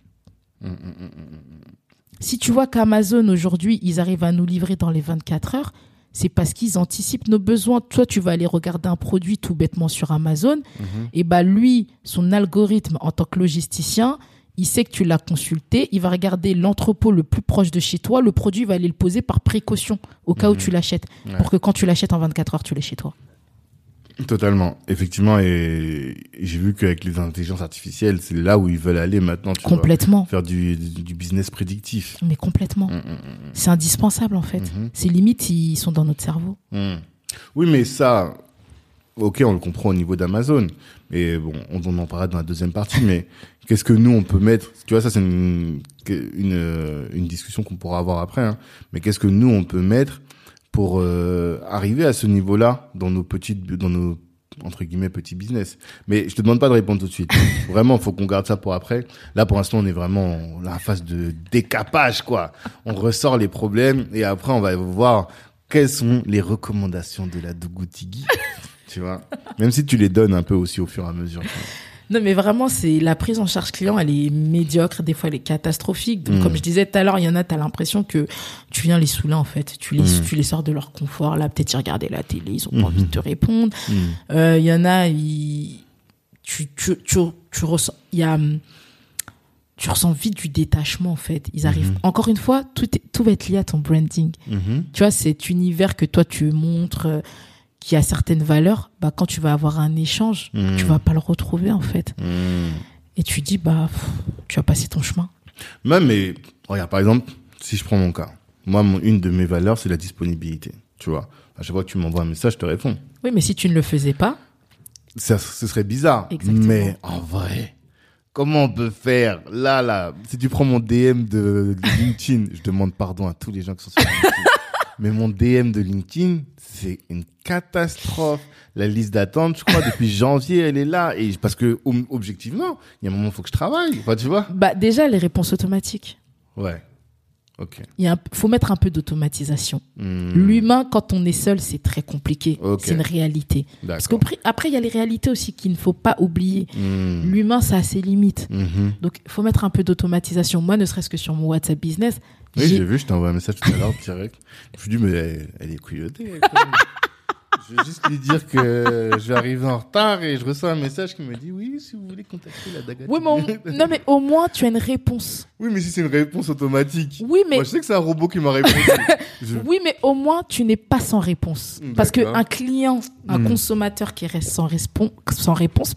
Si tu vois qu'Amazon, aujourd'hui, ils arrivent à nous livrer dans les 24 heures, c'est parce qu'ils anticipent nos besoins. Toi, tu vas aller regarder un produit tout bêtement sur Amazon. Et lui, son algorithme en tant que logisticien, il sait que tu l'as consulté. Il va regarder l'entrepôt le plus proche de chez toi. Le produit, il va aller le poser par précaution au cas où tu l'achètes. Pour que quand tu l'achètes en 24 heures, tu l'aies chez toi. Totalement. Effectivement, et j'ai vu qu'avec les intelligences artificielles, c'est là où ils veulent aller maintenant. Complètement. Faire du business prédictif. Mais complètement. C'est indispensable, en fait. Ces limites, ils sont dans notre cerveau. Oui, mais ça, ok, on le comprend au niveau d'Amazon. Mais bon, on en parlera dans la deuxième partie. Mais qu'est-ce que nous, on peut mettre? Tu vois, ça, c'est une discussion qu'on pourra avoir après. Hein. Mais qu'est-ce que nous, on peut mettre pour arriver à ce niveau-là dans nos entre guillemets petits business. Mais je te demande pas de répondre tout de suite. Vraiment, faut qu'on garde ça pour après. Là, pour l'instant, on est vraiment dans la phase de décapage, quoi. On ressort les problèmes et après, on va voir quelles sont les recommandations de la Dougoutigui. Tu vois, même si tu les donnes un peu aussi au fur et à mesure. Non, mais vraiment, c'est la prise en charge client, elle est médiocre, des fois elle est catastrophique. Donc, comme je disais tout à l'heure, il y en a, t'as l'impression que tu viens les saouler, en fait. Tu les sors de leur confort. Là, peut-être ils regardaient la télé, ils ont pas envie de te répondre. Il y en a, tu ressens vite du détachement, en fait. Ils arrivent. Encore une fois, tout va être lié à ton branding. Tu vois, cet univers que toi tu montres, qui a certaines valeurs, quand tu vas avoir un échange, tu vas pas le retrouver, en fait. Et tu dis, tu vas passer ton chemin. Même, mais, regarde, par exemple, si je prends mon cas, moi, une de mes valeurs, c'est la disponibilité. Tu vois, à chaque fois que tu m'envoies un message, je te réponds. Oui, mais si tu ne le faisais pas, ce serait bizarre. Exactement. Mais en vrai, comment on peut faire là, si tu prends mon DM de LinkedIn, je demande pardon à tous les gens qui sont sur LinkedIn. Mais mon DM de LinkedIn, c'est une catastrophe. La liste d'attente, je crois, depuis janvier, elle est là. Et parce que, objectivement, il y a un moment, il faut que je travaille. Enfin, tu vois. Déjà, les réponses automatiques. Ouais. Ok. Faut mettre un peu d'automatisation. L'humain, quand on est seul, c'est très compliqué. C'est une réalité. Parce qu'après, il y a les réalités aussi qu'il ne faut pas oublier. L'humain, ça a ses limites. Donc, il faut mettre un peu d'automatisation. Moi, ne serait-ce que sur mon WhatsApp Business. Oui, j'ai vu, je t'ai envoyé un message tout à l'heure direct. Je me suis dit, mais elle est couillottée. Je vais juste lui dire que je vais arriver en retard et je reçois un message qui me dit, oui, si vous voulez contacter la Dagati. Oui, non, mais au moins, tu as une réponse. Oui, mais si c'est une réponse automatique. Oui, mais. Moi, je sais que c'est un robot qui m'a répondu. Oui, mais au moins, tu n'es pas sans réponse. Parce qu'un client, un consommateur qui reste sans réponse,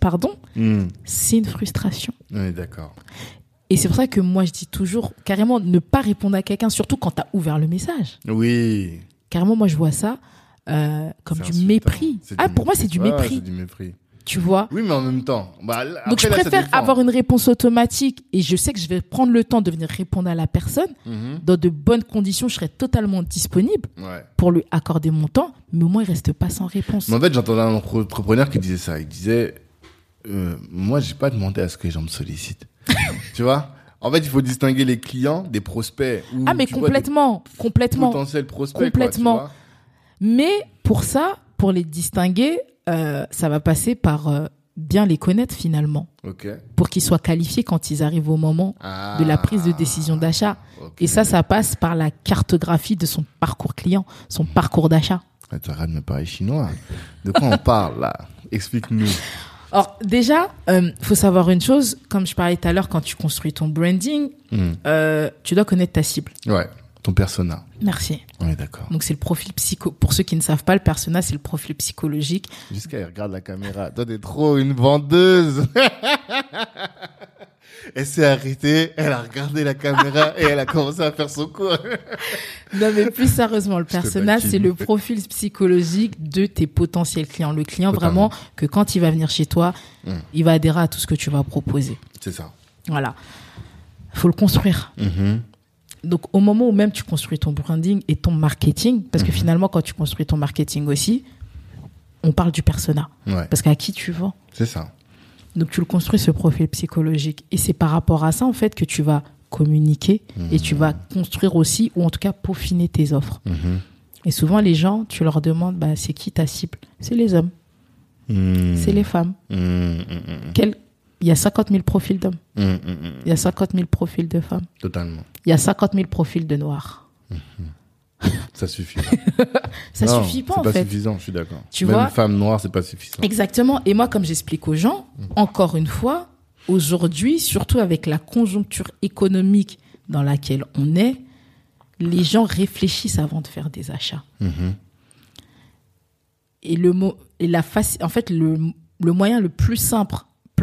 c'est une frustration. Oui, d'accord. Et c'est pour ça que moi, je dis toujours, carrément, ne pas répondre à quelqu'un, surtout quand tu as ouvert le message. Oui. Carrément, moi, je vois ça comme du mépris. Pour moi, c'est du mépris. C'est du mépris. Tu vois. Oui, mais en même temps. Donc, je préfère avoir une réponse automatique et je sais que je vais prendre le temps de venir répondre à la personne. Dans de bonnes conditions, je serai totalement disponible pour lui accorder mon temps, mais au moins, il reste pas sans réponse. Mais en fait, j'entendais un entrepreneur qui disait ça. Il disait, moi, j'ai pas demandé à ce que les gens me sollicitent. Tu vois? En fait, il faut distinguer les clients des prospects. Mais complètement. Potentiels prospects. Complètement. Quoi, tu vois. Mais pour ça, pour les distinguer, ça va passer par bien les connaître finalement. Okay. Pour qu'ils soient qualifiés quand ils arrivent au moment de la prise de décision d'achat. Okay. Et ça passe par la cartographie de son parcours client, son parcours d'achat. Tu arrêtes de me parler chinois. De quoi on parle là? Explique-nous. Alors déjà, faut savoir une chose, comme je parlais tout à l'heure, quand tu construis ton branding, tu dois connaître ta cible. Ouais, ton persona. Merci. Oui, d'accord. Donc c'est le profil pour ceux qui ne savent pas, le persona, c'est le profil psychologique. Jusqu'à elle regarde la caméra. Toi, t'es trop une vendeuse. Elle s'est arrêtée, elle a regardé la caméra et elle a commencé à faire son cours. Non, mais plus sérieusement, le persona, c'est le profil psychologique de tes potentiels clients. Le client, vraiment, que quand il va venir chez toi, il va adhérer à tout ce que tu vas proposer. C'est ça. Voilà. Faut le construire. Donc, au moment où même tu construis ton branding et ton marketing, parce que finalement, quand tu construis ton marketing aussi, on parle du persona. Ouais. Parce qu'à qui tu vends. C'est ça. Donc, tu le construis, ce profil psychologique. Et c'est par rapport à ça, en fait, que tu vas communiquer et tu vas construire aussi, ou en tout cas peaufiner tes offres. Et souvent, les gens, tu leur demandes, c'est qui ta cible ? C'est les hommes. C'est les femmes. Il y a 50 000 profils d'hommes. Il y a 50 000 profils de femmes. Totalement. Il y a 50 000 profils de noirs. Ça suffit. Ça suffit pas, en fait. C'est pas suffisant, je suis d'accord. Tu Même vois, femme noire, c'est pas suffisant. Exactement. Et moi, comme j'explique aux gens, encore une fois, aujourd'hui, surtout avec la conjoncture économique dans laquelle on est, les gens réfléchissent avant de faire des achats. Et en fait, le moyen le plus simple,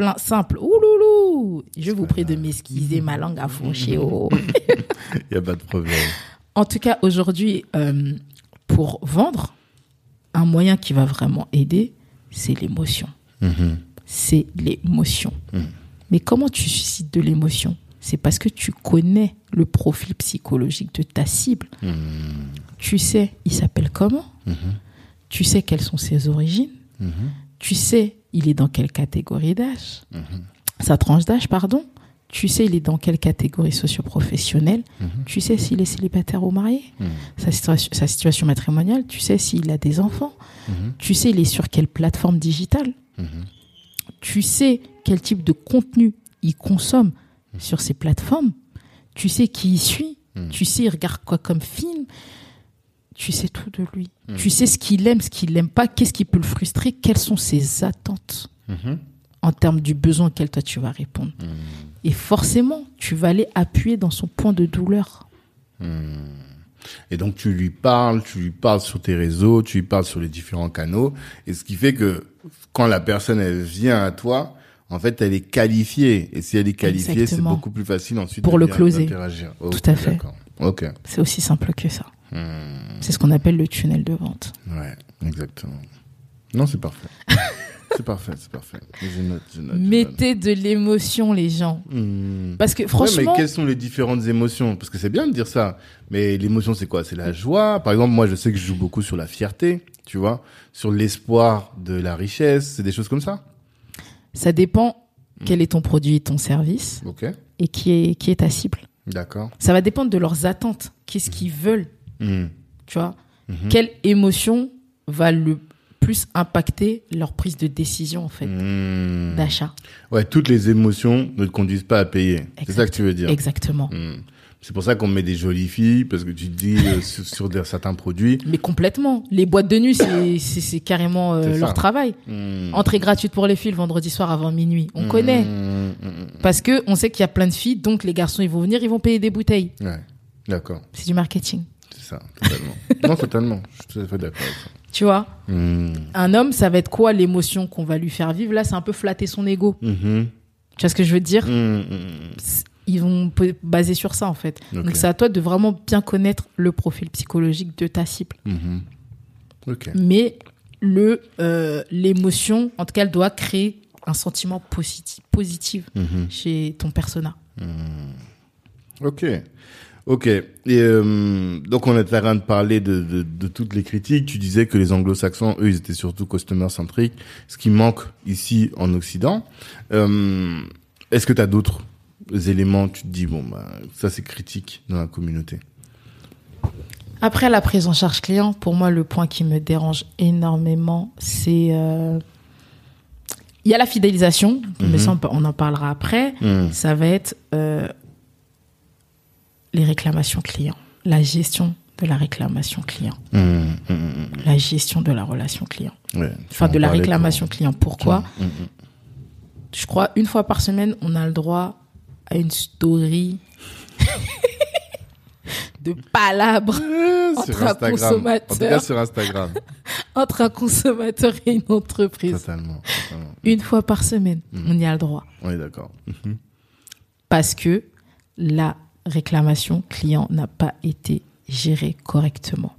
ouloulou, je vous prie de m'excuser, ma langue a fourché. Il n'y a pas de problème. En tout cas, aujourd'hui, pour vendre, un moyen qui va vraiment aider, c'est l'émotion. C'est l'émotion. Mais comment tu suscites de l'émotion ? C'est parce que tu connais le profil psychologique de ta cible. Tu sais, il s'appelle comment ? Tu sais quelles sont ses origines. Tu sais, il est dans quelle catégorie d'âge. Sa tranche d'âge, pardon. Tu sais, il est dans quelle catégorie socio-professionnelle. Tu sais s'il est célibataire ou marié. Sa situation matrimoniale. Tu sais s'il a des enfants. Tu sais, il est sur quelle plateforme digitale. Tu sais quel type de contenu il consomme sur ces plateformes. Tu sais qui il suit. Tu sais, il regarde quoi comme film. Tu sais tout de lui. Tu sais ce qu'il aime, ce qu'il n'aime pas, qu'est-ce qui peut le frustrer, quelles sont ses attentes en termes du besoin auquel toi tu vas répondre. Et forcément, tu vas aller appuyer dans son point de douleur. Et donc, tu lui parles sur tes réseaux, tu lui parles sur les différents canaux. Et ce qui fait que quand la personne, elle vient à toi, en fait, elle est qualifiée. Et si elle est qualifiée, Exactement. C'est beaucoup plus facile ensuite pour le closer. d'interagir. Tout à fait. D'accord. Ok. C'est aussi simple que ça. C'est ce qu'on appelle le tunnel de vente. Ouais, exactement. Non, c'est parfait. C'est parfait. Je note. Mettez de l'émotion, les gens. Parce que franchement... mais quelles sont les différentes émotions ? Parce que c'est bien de dire ça. Mais l'émotion, c'est quoi ? C'est la joie. Par exemple, moi, je sais que je joue beaucoup sur la fierté, tu vois, sur l'espoir de la richesse. C'est des choses comme ça ? Ça dépend quel est ton produit et ton service. Ok. Et qui est ta cible. D'accord. Ça va dépendre de leurs attentes. Qu'est-ce qu'ils veulent ? Tu vois, quelle émotion va le plus impacter leur prise de décision, en fait, d'achat. Ouais, toutes les émotions ne te conduisent pas à payer. C'est ça que tu veux dire. Exactement. C'est pour ça qu'on met des jolies filles, parce que tu te dis sur certains produits. Mais complètement. Les boîtes de nuit, c'est carrément leur travail. Entrée gratuite pour les filles le vendredi soir avant minuit. On connaît. Parce que on sait qu'il y a plein de filles, donc les garçons, ils vont venir, ils vont payer des bouteilles. Ouais, d'accord. C'est du marketing. C'est ça, totalement. Non, totalement. Je suis tout à fait d'accord avec ça. Tu vois, un homme, ça va être quoi l'émotion qu'on va lui faire vivre ? Là, c'est un peu flatter son ego. Tu vois ce que je veux te dire ? Ils vont baser sur ça, en fait. Okay. Donc, c'est à toi de vraiment bien connaître le profil psychologique de ta cible. Okay. Mais l'émotion, en tout cas, elle doit créer un sentiment positif chez ton persona. Ok. Et donc on est en train de parler de toutes les critiques. Tu disais que les Anglo-Saxons, eux, ils étaient surtout customer-centriques, ce qui manque ici en Occident. Est-ce que tu as d'autres éléments, tu te dis, ça c'est critique dans la communauté? Après la prise en charge client, pour moi, le point qui me dérange énormément, c'est... Il y a la fidélisation, mais ça, on en parlera après. Ça va être les réclamations clients, la gestion de la réclamation client, la gestion de la relation client. Ouais, enfin, de la réclamation client. Pourquoi ? Je crois, une fois par semaine, on a le droit à une story de palabres entre un consommateur. En tout cas, sur Instagram. Entre un consommateur et une entreprise. Totalement. Une fois par semaine, on y a le droit. On est d'accord. Parce que la réclamation client n'a pas été gérée correctement.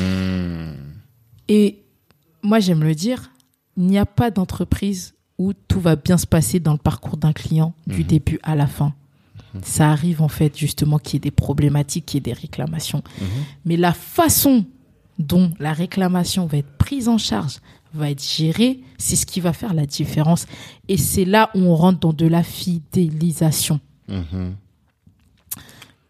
Et moi, j'aime le dire, il n'y a pas d'entreprise où tout va bien se passer dans le parcours d'un client du début à la fin. Ça arrive en fait justement qu'il y ait des problématiques, qu'il y ait des réclamations. Mais la façon dont la réclamation va être prise en charge, va être gérée, c'est ce qui va faire la différence. Et c'est là où on rentre dans de la fidélisation.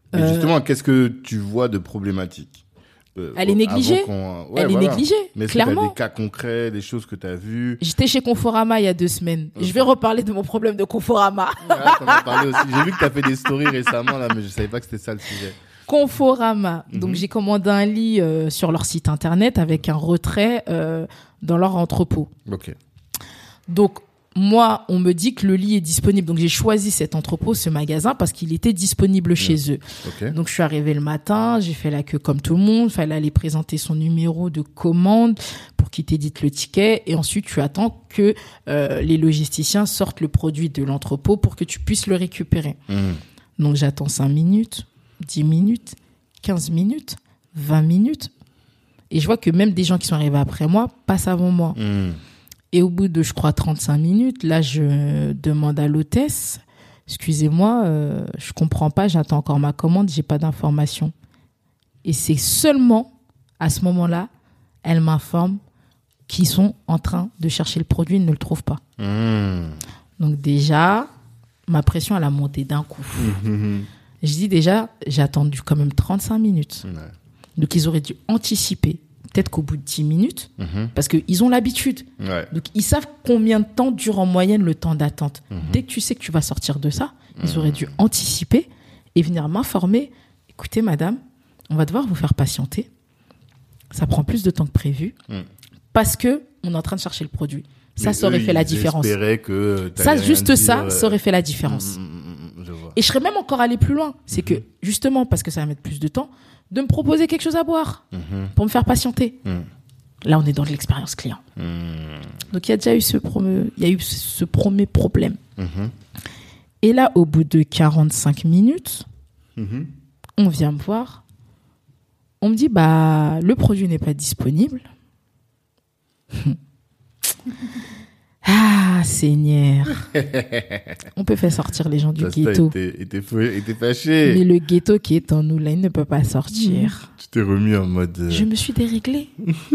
Et justement, qu'est-ce que tu vois de problématique? Elle est négligée. Elle est négligée, Mais est-ce clairement. que tu as des cas concrets, des choses que tu as vues? J'étais chez Conforama il y a 2 semaines. Okay. Je vais reparler de mon problème de Conforama. T'en as parlé aussi. J'ai vu que tu as fait des stories récemment, là, mais je savais pas que c'était ça le sujet. Conforama. Donc, j'ai commandé un lit sur leur site internet avec un retrait dans leur entrepôt. Ok. Donc, moi, on me dit que le lit est disponible. Donc, j'ai choisi cet entrepôt, ce magasin, parce qu'il était disponible chez eux. Okay. Donc, je suis arrivée le matin, j'ai fait la queue comme tout le monde. Fallait aller présenter son numéro de commande pour qu'il t'édite le ticket. Et ensuite, tu attends que les logisticiens sortent le produit de l'entrepôt pour que tu puisses le récupérer. Donc, j'attends 5 minutes, 10 minutes, 15 minutes, 20 minutes. Et je vois que même des gens qui sont arrivés après moi passent avant moi. Et au bout de, je crois, 35 minutes, là, je demande à l'hôtesse, excusez-moi, je comprends pas, j'attends encore ma commande, j'ai pas d'informations. Et c'est seulement à ce moment-là, elle m'informe qu'ils sont en train de chercher le produit, ils ne le trouvent pas. Donc déjà, ma pression, elle a monté d'un coup. Je dis déjà, j'ai attendu quand même 35 minutes. Donc ils auraient dû anticiper. Peut-être qu'au bout de 10 minutes, parce qu'ils ont l'habitude. Donc, ils savent combien de temps dure en moyenne le temps d'attente. Dès que tu sais que tu vas sortir de ça, ils auraient dû anticiper et venir m'informer. Écoutez, madame, on va devoir vous faire patienter. Ça prend plus de temps que prévu parce que on est en train de chercher le produit. Ça aurait fait la différence. Que ça, juste ça aurait fait la différence. Et je serais même encore allé plus loin. C'est que, justement, parce que ça va mettre plus de temps, de me proposer quelque chose à boire pour me faire patienter. Là, on est dans de l'expérience client. Donc, il y a déjà eu ce premier problème. Et là, au bout de 45 minutes, on vient me voir. On me dit, le produit n'est pas disponible. Ah, Seigneur. On peut faire sortir les gens du ghetto. était fâché. Mais le ghetto qui est en nous, là, il ne peut pas sortir. Tu t'es remis en mode... Je me suis déréglée.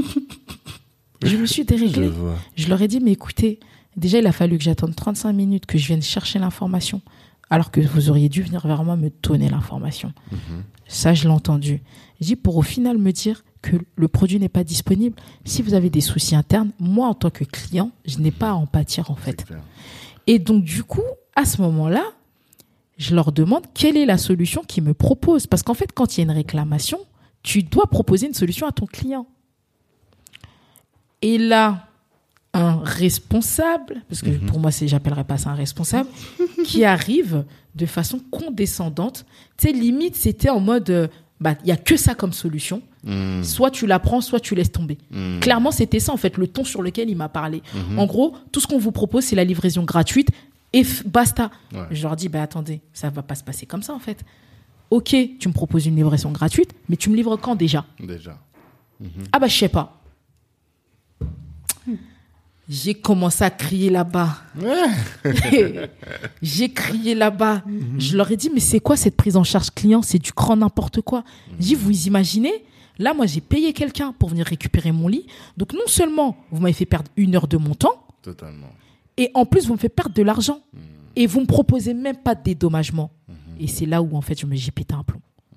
Je leur ai dit, mais écoutez, déjà, il a fallu que j'attende 35 minutes, que je vienne chercher l'information, alors que vous auriez dû venir vers moi me donner l'information. Ça, je l'ai entendu. J'ai dit, pour au final me dire que le produit n'est pas disponible. Si vous avez des soucis internes, moi, en tant que client, je n'ai pas à en pâtir, en fait. Et donc, du coup, à ce moment-là, je leur demande quelle est la solution qu'ils me proposent. Parce qu'en fait, quand il y a une réclamation, tu dois proposer une solution à ton client. Et là, un responsable, parce que pour moi, j'appellerais pas ça un responsable, qui arrive de façon condescendante. Tu sais, limite, c'était en mode... il y a que ça comme solution. Soit tu la prends, soit tu laisses tomber. Clairement, c'était ça, en fait, le ton sur lequel il m'a parlé. En gros, tout ce qu'on vous propose, c'est la livraison gratuite et basta. Je leur dis, attendez, ça va pas se passer comme ça, en fait. Ok, tu me proposes une livraison gratuite, mais tu me livres quand déjà? Je sais pas. J'ai commencé à crier là-bas. J'ai crié là-bas. Je leur ai dit, mais c'est quoi cette prise en charge client? C'est du grand n'importe quoi. J'ai dit, vous imaginez? Là, moi, j'ai payé quelqu'un pour venir récupérer mon lit. Donc, non seulement, vous m'avez fait perdre 1 heure de mon temps. Totalement. Et en plus, vous me faites perdre de l'argent. Et vous me proposez même pas de dédommagement. Et c'est là où, en fait, j'ai pété un plomb.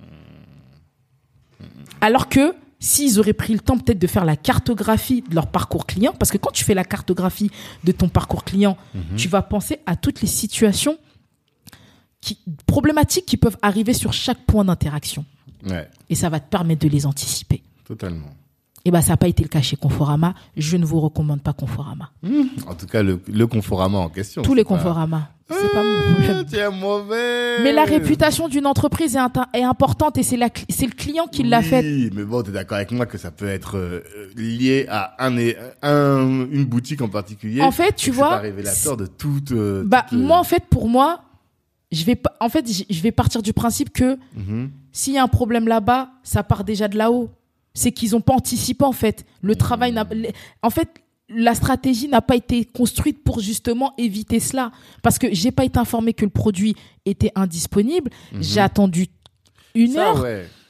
Alors que, s'ils auraient pris le temps peut-être de faire la cartographie de leur parcours client, parce que quand tu fais la cartographie de ton parcours client, tu vas penser à toutes les situations problématiques qui peuvent arriver sur chaque point d'interaction. Et ça va te permettre de les anticiper. Totalement. Et ça n'a pas été le cas chez Conforama. Je ne vous recommande pas Conforama. En tout cas, le Conforama en question. Tous les Conforama. C'est pas mon problème. Tu es mauvais. Mais la réputation d'une entreprise est importante et c'est le client qui l'a faite. Oui, mais bon, tu es d'accord avec moi que ça peut être lié à une boutique en particulier. En fait, tu vois. C'est pas révélateur de toute. Moi, en fait, pour moi, je vais partir du principe que s'il y a un problème là-bas, ça part déjà de là-haut. C'est qu'ils n'ont pas anticipé, en fait. Le travail en fait, la stratégie n'a pas été construite pour justement éviter cela. Parce que j'ai pas été informé que le produit était indisponible. J'ai attendu 1 heure.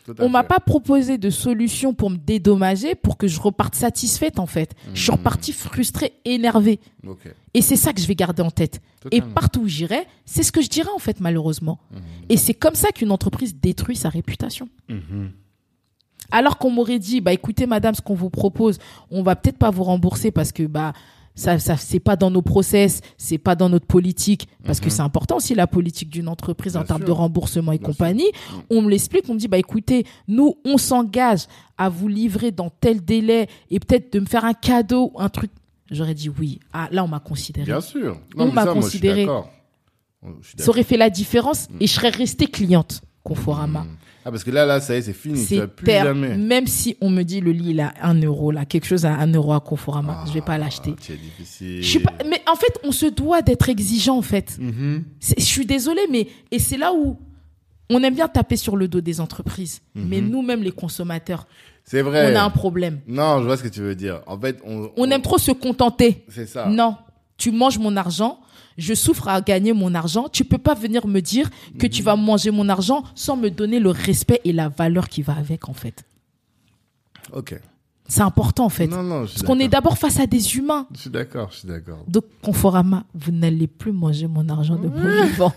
On m'a pas proposé de solution pour me dédommager, pour que je reparte satisfaite, en fait. Je suis repartie frustrée, énervée. Okay. Et c'est ça que je vais garder en tête. Totalement. Et partout où j'irai, c'est ce que je dirai, en fait, malheureusement. Et c'est comme ça qu'une entreprise détruit sa réputation. Alors qu'on m'aurait dit, écoutez, madame, ce qu'on vous propose, on va peut-être pas vous rembourser parce que, ça, c'est pas dans nos process, c'est pas dans notre politique, parce que c'est important aussi la politique d'une entreprise bien en termes de remboursement et compagnie. On me l'explique, on me dit, écoutez, nous, on s'engage à vous livrer dans tel délai et peut-être de me faire un cadeau, un truc. J'aurais dit oui. Ah, là, on m'a considéré. Bien sûr. Non, on m'a considéré. Moi, je suis d'accord. Ça aurait fait la différence et je serais restée cliente Conforama. Ah, parce que là, ça y est, c'est fini. C'est tu vas plus jamais. Même si on me dit le lit, il a 1 euro, là, quelque chose à 1 euro à Conforama, je vais pas l'acheter. C'est difficile. Mais en fait, on se doit d'être exigeant, en fait. Je suis désolée, mais, et c'est là où on aime bien taper sur le dos des entreprises. Mais nous-mêmes, les consommateurs, c'est vrai. On a un problème. Non, je vois ce que tu veux dire. En fait, on aime trop se contenter. C'est ça. Non. Tu manges mon argent. Je souffre à gagner mon argent. Tu peux pas venir me dire que tu vas manger mon argent sans me donner le respect et la valeur qui va avec, en fait. Ok. C'est important, en fait. Non, parce qu'on est d'abord face à des humains. Je suis d'accord. Donc, Conforama, vous n'allez plus manger mon argent de mon vivant.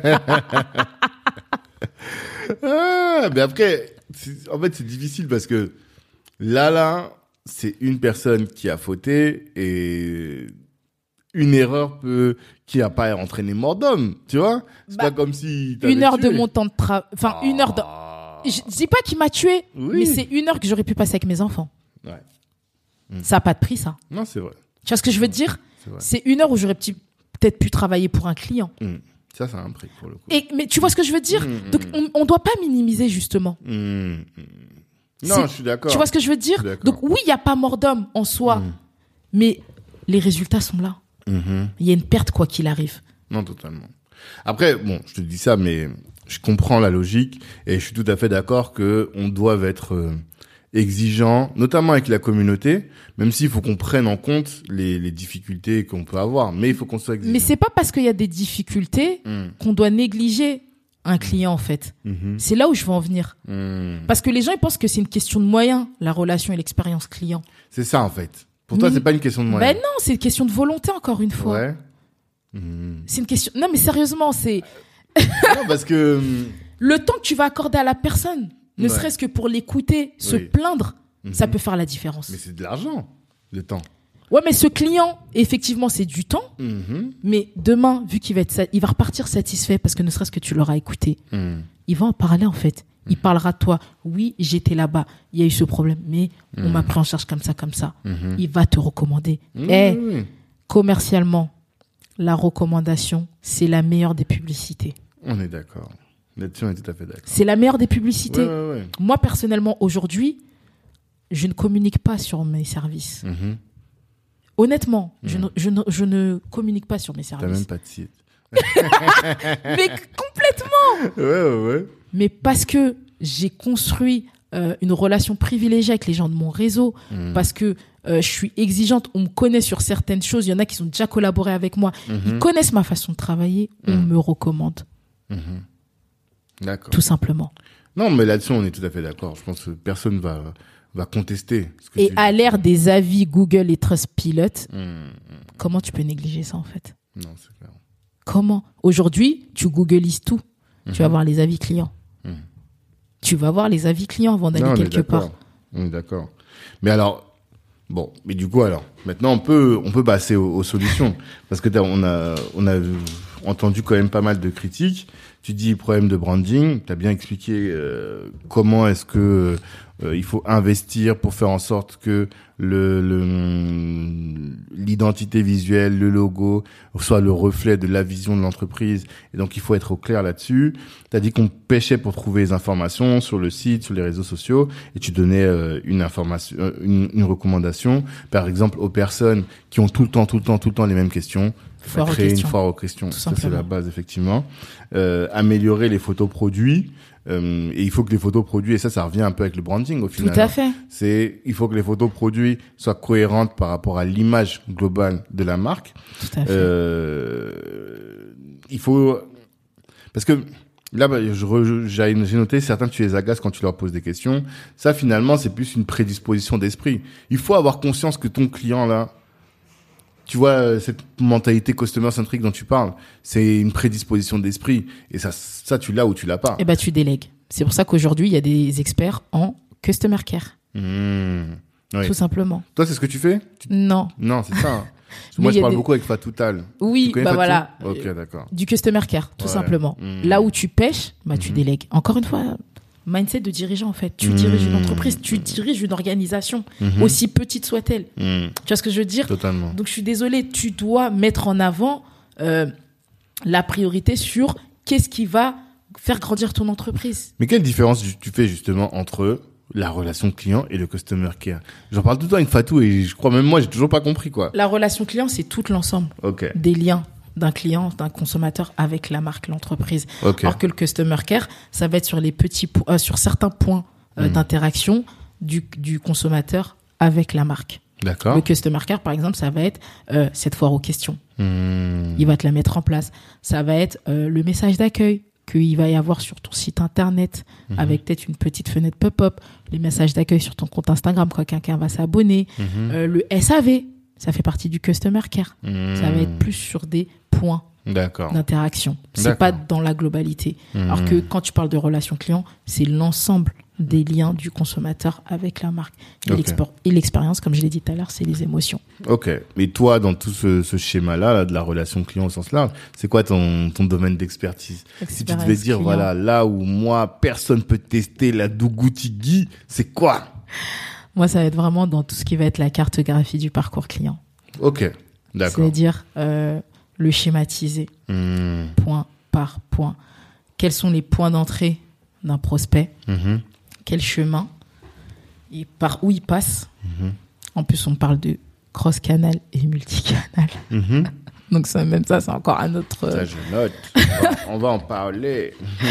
Mais après, en fait, c'est difficile parce que là, c'est une personne qui a fauté et une erreur qui n'a pas entraîné mort d'homme, tu vois. C'est pas comme si une heure de mon temps de travail, enfin une heure de. Je dis pas qu'il m'a tué, mais c'est 1 heure que j'aurais pu passer avec mes enfants. Ouais. Ça a pas de prix, ça. Non, c'est vrai. Tu vois ce que je veux dire ? C'est 1 heure où j'aurais peut-être pu travailler pour un client. Ça a un prix pour le coup. Mais tu vois ce que je veux dire ? Donc on doit pas minimiser justement. Non, je suis d'accord. Tu vois ce que je veux dire ? Donc oui, il y a pas mort d'homme en soi, mais les résultats sont là. Il y a une perte quoi qu'il arrive. Non, totalement. Après, bon, je te dis ça, mais je comprends la logique et je suis tout à fait d'accord que on doit être exigeant, notamment avec la communauté, même s'il faut qu'on prenne en compte les difficultés qu'on peut avoir, mais il faut qu'on soit exigeant. Mais c'est pas parce qu'il y a des difficultés qu'on doit négliger un client, en fait. C'est là où je veux en venir. Parce que les gens, ils pensent que c'est une question de moyens, la relation et l'expérience client. C'est ça, en fait. Pour toi, c'est pas une question de moyens. Ben non, c'est une question de volonté, encore une fois. Ouais. C'est une question... Non, mais sérieusement, c'est... Non, parce que... Le temps que tu vas accorder à la personne, ne serait-ce que pour l'écouter, se plaindre, ça peut faire la différence. Mais c'est de l'argent, le temps. Ouais, mais ce client, effectivement, c'est du temps. Mais demain, vu qu'il va il va repartir satisfait parce que ne serait-ce que tu l'auras écouté, il va en parler, en fait. Il parlera de toi. Oui, j'étais là-bas. Il y a eu ce problème, mais on m'a pris en charge comme ça, comme ça. Il va te recommander. Commercialement, la recommandation, c'est la meilleure des publicités. On est d'accord. Là-dessus, on est tout à fait d'accord. C'est la meilleure des publicités. Ouais. Moi, personnellement, aujourd'hui, je ne communique pas sur mes services. Honnêtement, je ne communique pas sur mes services. T'as même pas de site. Mais complètement. Ouais. Mais parce que j'ai construit une relation privilégiée avec les gens de mon réseau, parce que je suis exigeante, on me connaît sur certaines choses, il y en a qui ont déjà collaboré avec moi, ils connaissent ma façon de travailler, on me recommande. D'accord. Tout simplement. Non, mais là-dessus, on est tout à fait d'accord. Je pense que personne va contester. Et à l'ère des avis Google et Trustpilot, comment tu peux négliger ça, en fait ? Non, c'est clair. Comment ? Aujourd'hui, tu googlises tout. Tu vas voir les avis clients. Tu vas voir les avis clients avant d'aller quelque part. On est d'accord. Mais alors, bon, mais du coup, maintenant, on peut passer aux solutions. Parce que on a entendu quand même pas mal de critiques. Tu dis problème de branding. Tu as bien expliqué comment est-ce que il faut investir pour faire en sorte que l'identité visuelle, le logo soit le reflet de la vision de l'entreprise. Et donc, il faut être au clair là-dessus. Tu as dit qu'on pêchait pour trouver les informations sur le site, sur les réseaux sociaux, et tu donnais une information, une recommandation, par exemple, aux personnes qui ont tout le temps les mêmes questions. Créer une foire aux questions. Ça, c'est la base, effectivement. Améliorer les photos produits. Et il faut que les photos produits, et ça revient un peu avec le branding au final. Tout à fait. Il faut que les photos produits soient cohérentes par rapport à l'image globale de la marque. Tout à fait. Il faut, parce que Là, j'ai noté certains, tu les agaces quand tu leur poses des questions. Ça, finalement, c'est plus une prédisposition d'esprit. Il faut avoir conscience que ton client, là, tu vois, cette mentalité customer-centric dont tu parles, c'est une prédisposition d'esprit. Et ça, tu l'as ou tu l'as pas. Eh ben, tu délègues. C'est pour ça qu'aujourd'hui, il y a des experts en customer care. Oui. Tout simplement. Toi, c'est ce que tu fais? Non. Non, c'est ça. Moi, je parle beaucoup avec Fatou Tal. Oui, bah voilà. Ok, d'accord. Du customer care, tout simplement. Là où tu pêches, tu délègues. Encore une fois, mindset de dirigeant, en fait. Tu diriges une entreprise, tu diriges une organisation, aussi petite soit-elle. Tu vois ce que je veux dire? Totalement. Donc, je suis désolée, tu dois mettre en avant la priorité sur qu'est-ce qui va faire grandir ton entreprise. Mais quelle différence tu fais justement entre la relation client et le customer care? J'en parle tout le temps avec Fatou et je crois même moi, j'ai toujours pas compris quoi. La relation client, c'est tout l'ensemble des liens d'un client, d'un consommateur avec la marque, l'entreprise. Alors que le customer care, ça va être sur les sur certains points d'interaction du consommateur avec la marque. D'accord. Le customer care, par exemple, ça va être cette foire aux questions. Il va te la mettre en place. Ça va être le message d'accueil qu'il va y avoir sur ton site internet avec peut-être une petite fenêtre pop-up, les messages d'accueil sur ton compte Instagram quand quelqu'un va s'abonner, le SAV, ça fait partie du customer care. Ça va être plus sur des points d'interaction. C'est pas dans la globalité. Alors que quand tu parles de relation client, c'est l'ensemble des liens du consommateur avec la marque. Et l'expérience, comme je l'ai dit tout à l'heure, c'est les émotions. Ok. Et toi, dans tout ce schéma-là, de la relation client au sens large, c'est quoi ton domaine d'expertise? Si tu devais dire, voilà, là où moi, personne peut tester la Dougoutigui, c'est quoi? Moi, ça va être vraiment dans tout ce qui va être la cartographie du parcours client. Ok. D'accord. C'est-à-dire le schématiser, point par point. Quels sont les points d'entrée d'un prospect? Quel chemin et par où il passe. En plus, on parle de cross-canal et multicanal. Donc, ça, c'est encore un autre... Ça, je note. On va en parler.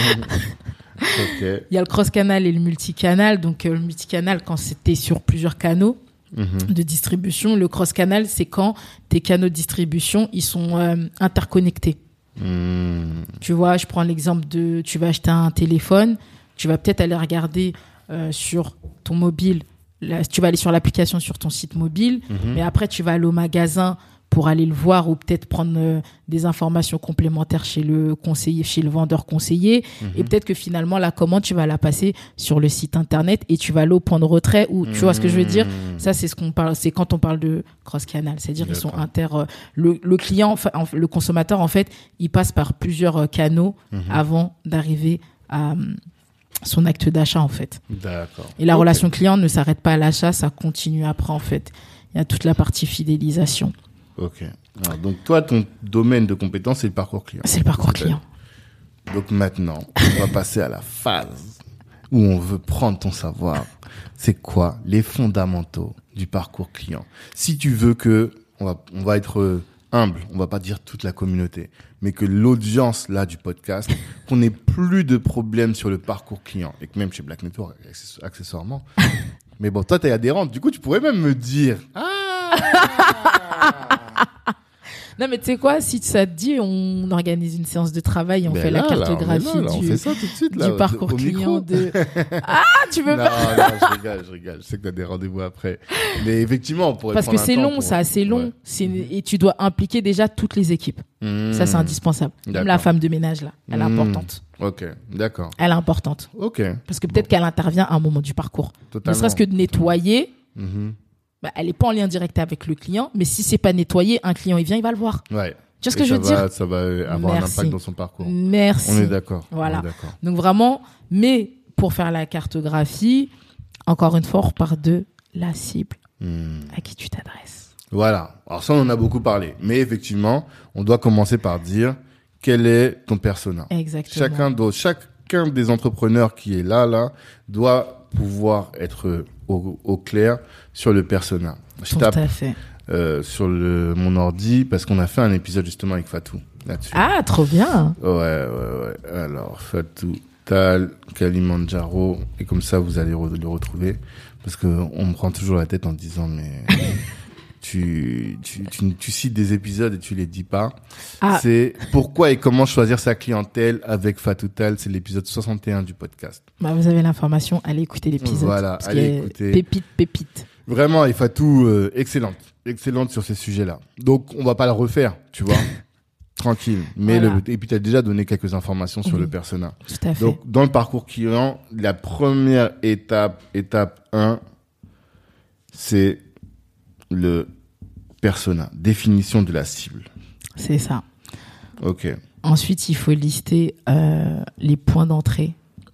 Il y a le cross-canal et le multicanal. Donc, le multicanal, quand c'était sur plusieurs canaux de distribution. Le cross-canal, c'est quand tes canaux de distribution, ils sont interconnectés. Tu vois, je prends l'exemple de... Tu vas acheter un téléphone, tu vas peut-être aller regarder sur ton mobile. Là, tu vas aller sur l'application sur ton site mobile, mais après, tu vas aller au magasin pour aller le voir ou peut-être prendre des informations complémentaires chez le conseiller, chez le vendeur conseiller. Et peut-être que finalement, la commande, tu vas la passer sur le site internet et tu vas aller au point de retrait ou tu vois ce que je veux dire? Ça, c'est ce qu'on parle, c'est quand on parle de cross-canal. C'est-à-dire qu'ils sont le client, le consommateur, en fait, il passe par plusieurs canaux avant d'arriver à son acte d'achat, en fait. D'accord. Et la relation client ne s'arrête pas à l'achat, ça continue après, en fait. Il y a toute la partie fidélisation. Ok. Alors, donc, toi, ton domaine de compétence, c'est le parcours client. C'est le parcours client. Donc, maintenant, on va passer à la phase où on veut prendre ton savoir. C'est quoi les fondamentaux du parcours client? Si tu veux que, on va être humble, on va pas dire toute la communauté, mais que l'audience, là, du podcast, qu'on ait plus de problèmes sur le parcours client, et que même chez Black Network, accessoirement. Mais bon, toi, t'es adhérente. Du coup, tu pourrais même me dire, Non, mais tu sais quoi, si ça te dit, on organise une séance de travail et on fait la cartographie on fait ça tout de suite, du parcours client de... tu veux pas? Non, je rigole. Je sais que t'as des rendez-vous après. Mais effectivement, on pourrait parce que c'est long, c'est assez long. Ouais. Et tu dois impliquer déjà toutes les équipes. Ça, c'est indispensable. Même la femme de ménage, là, elle est importante. Ok, d'accord. Elle est importante. Ok. Parce que peut-être qu'elle intervient à un moment du parcours. Totalement. Ne serait-ce que de nettoyer... elle n'est pas en lien direct avec le client, mais si c'est pas nettoyé, un client, il vient, il va le voir. Ouais. Tu vois ce que je veux dire? Ça va avoir un impact dans son parcours. Merci. On est d'accord. Voilà. Donc vraiment, mais pour faire la cartographie, encore une fois, on repart de la cible à qui tu t'adresses. Voilà. Alors ça, on en a beaucoup parlé. Mais effectivement, on doit commencer par dire quel est ton persona. Exactement. Chacun des entrepreneurs qui est là, doit pouvoir être au clair sur le persona. Tout à fait. Sur mon ordi, parce qu'on a fait un épisode justement avec Fatou là-dessus. Ah, trop bien. Ouais. Alors, Fatou Tal, Kalimandjaro, et comme ça, vous allez le retrouver. Parce que on me prend toujours la tête en disant, mais tu cites des épisodes et tu les dis pas. C'est pourquoi et comment choisir sa clientèle avec Fatoutal. C'est l'épisode 61 du podcast. Bah, vous avez l'information. Allez écouter l'épisode. Voilà, allez écouter. Pépite. Vraiment, et Fatou, excellente sur ces sujets-là. Donc, on va pas le refaire, tu vois. Tranquille. Mais voilà. Et puis, tu as déjà donné quelques informations sur le persona. Tout à fait. Donc, dans le parcours client, la première étape 1, c'est le persona, définition de la cible. C'est ça. Ok. Ensuite, il faut lister les points d'entrée.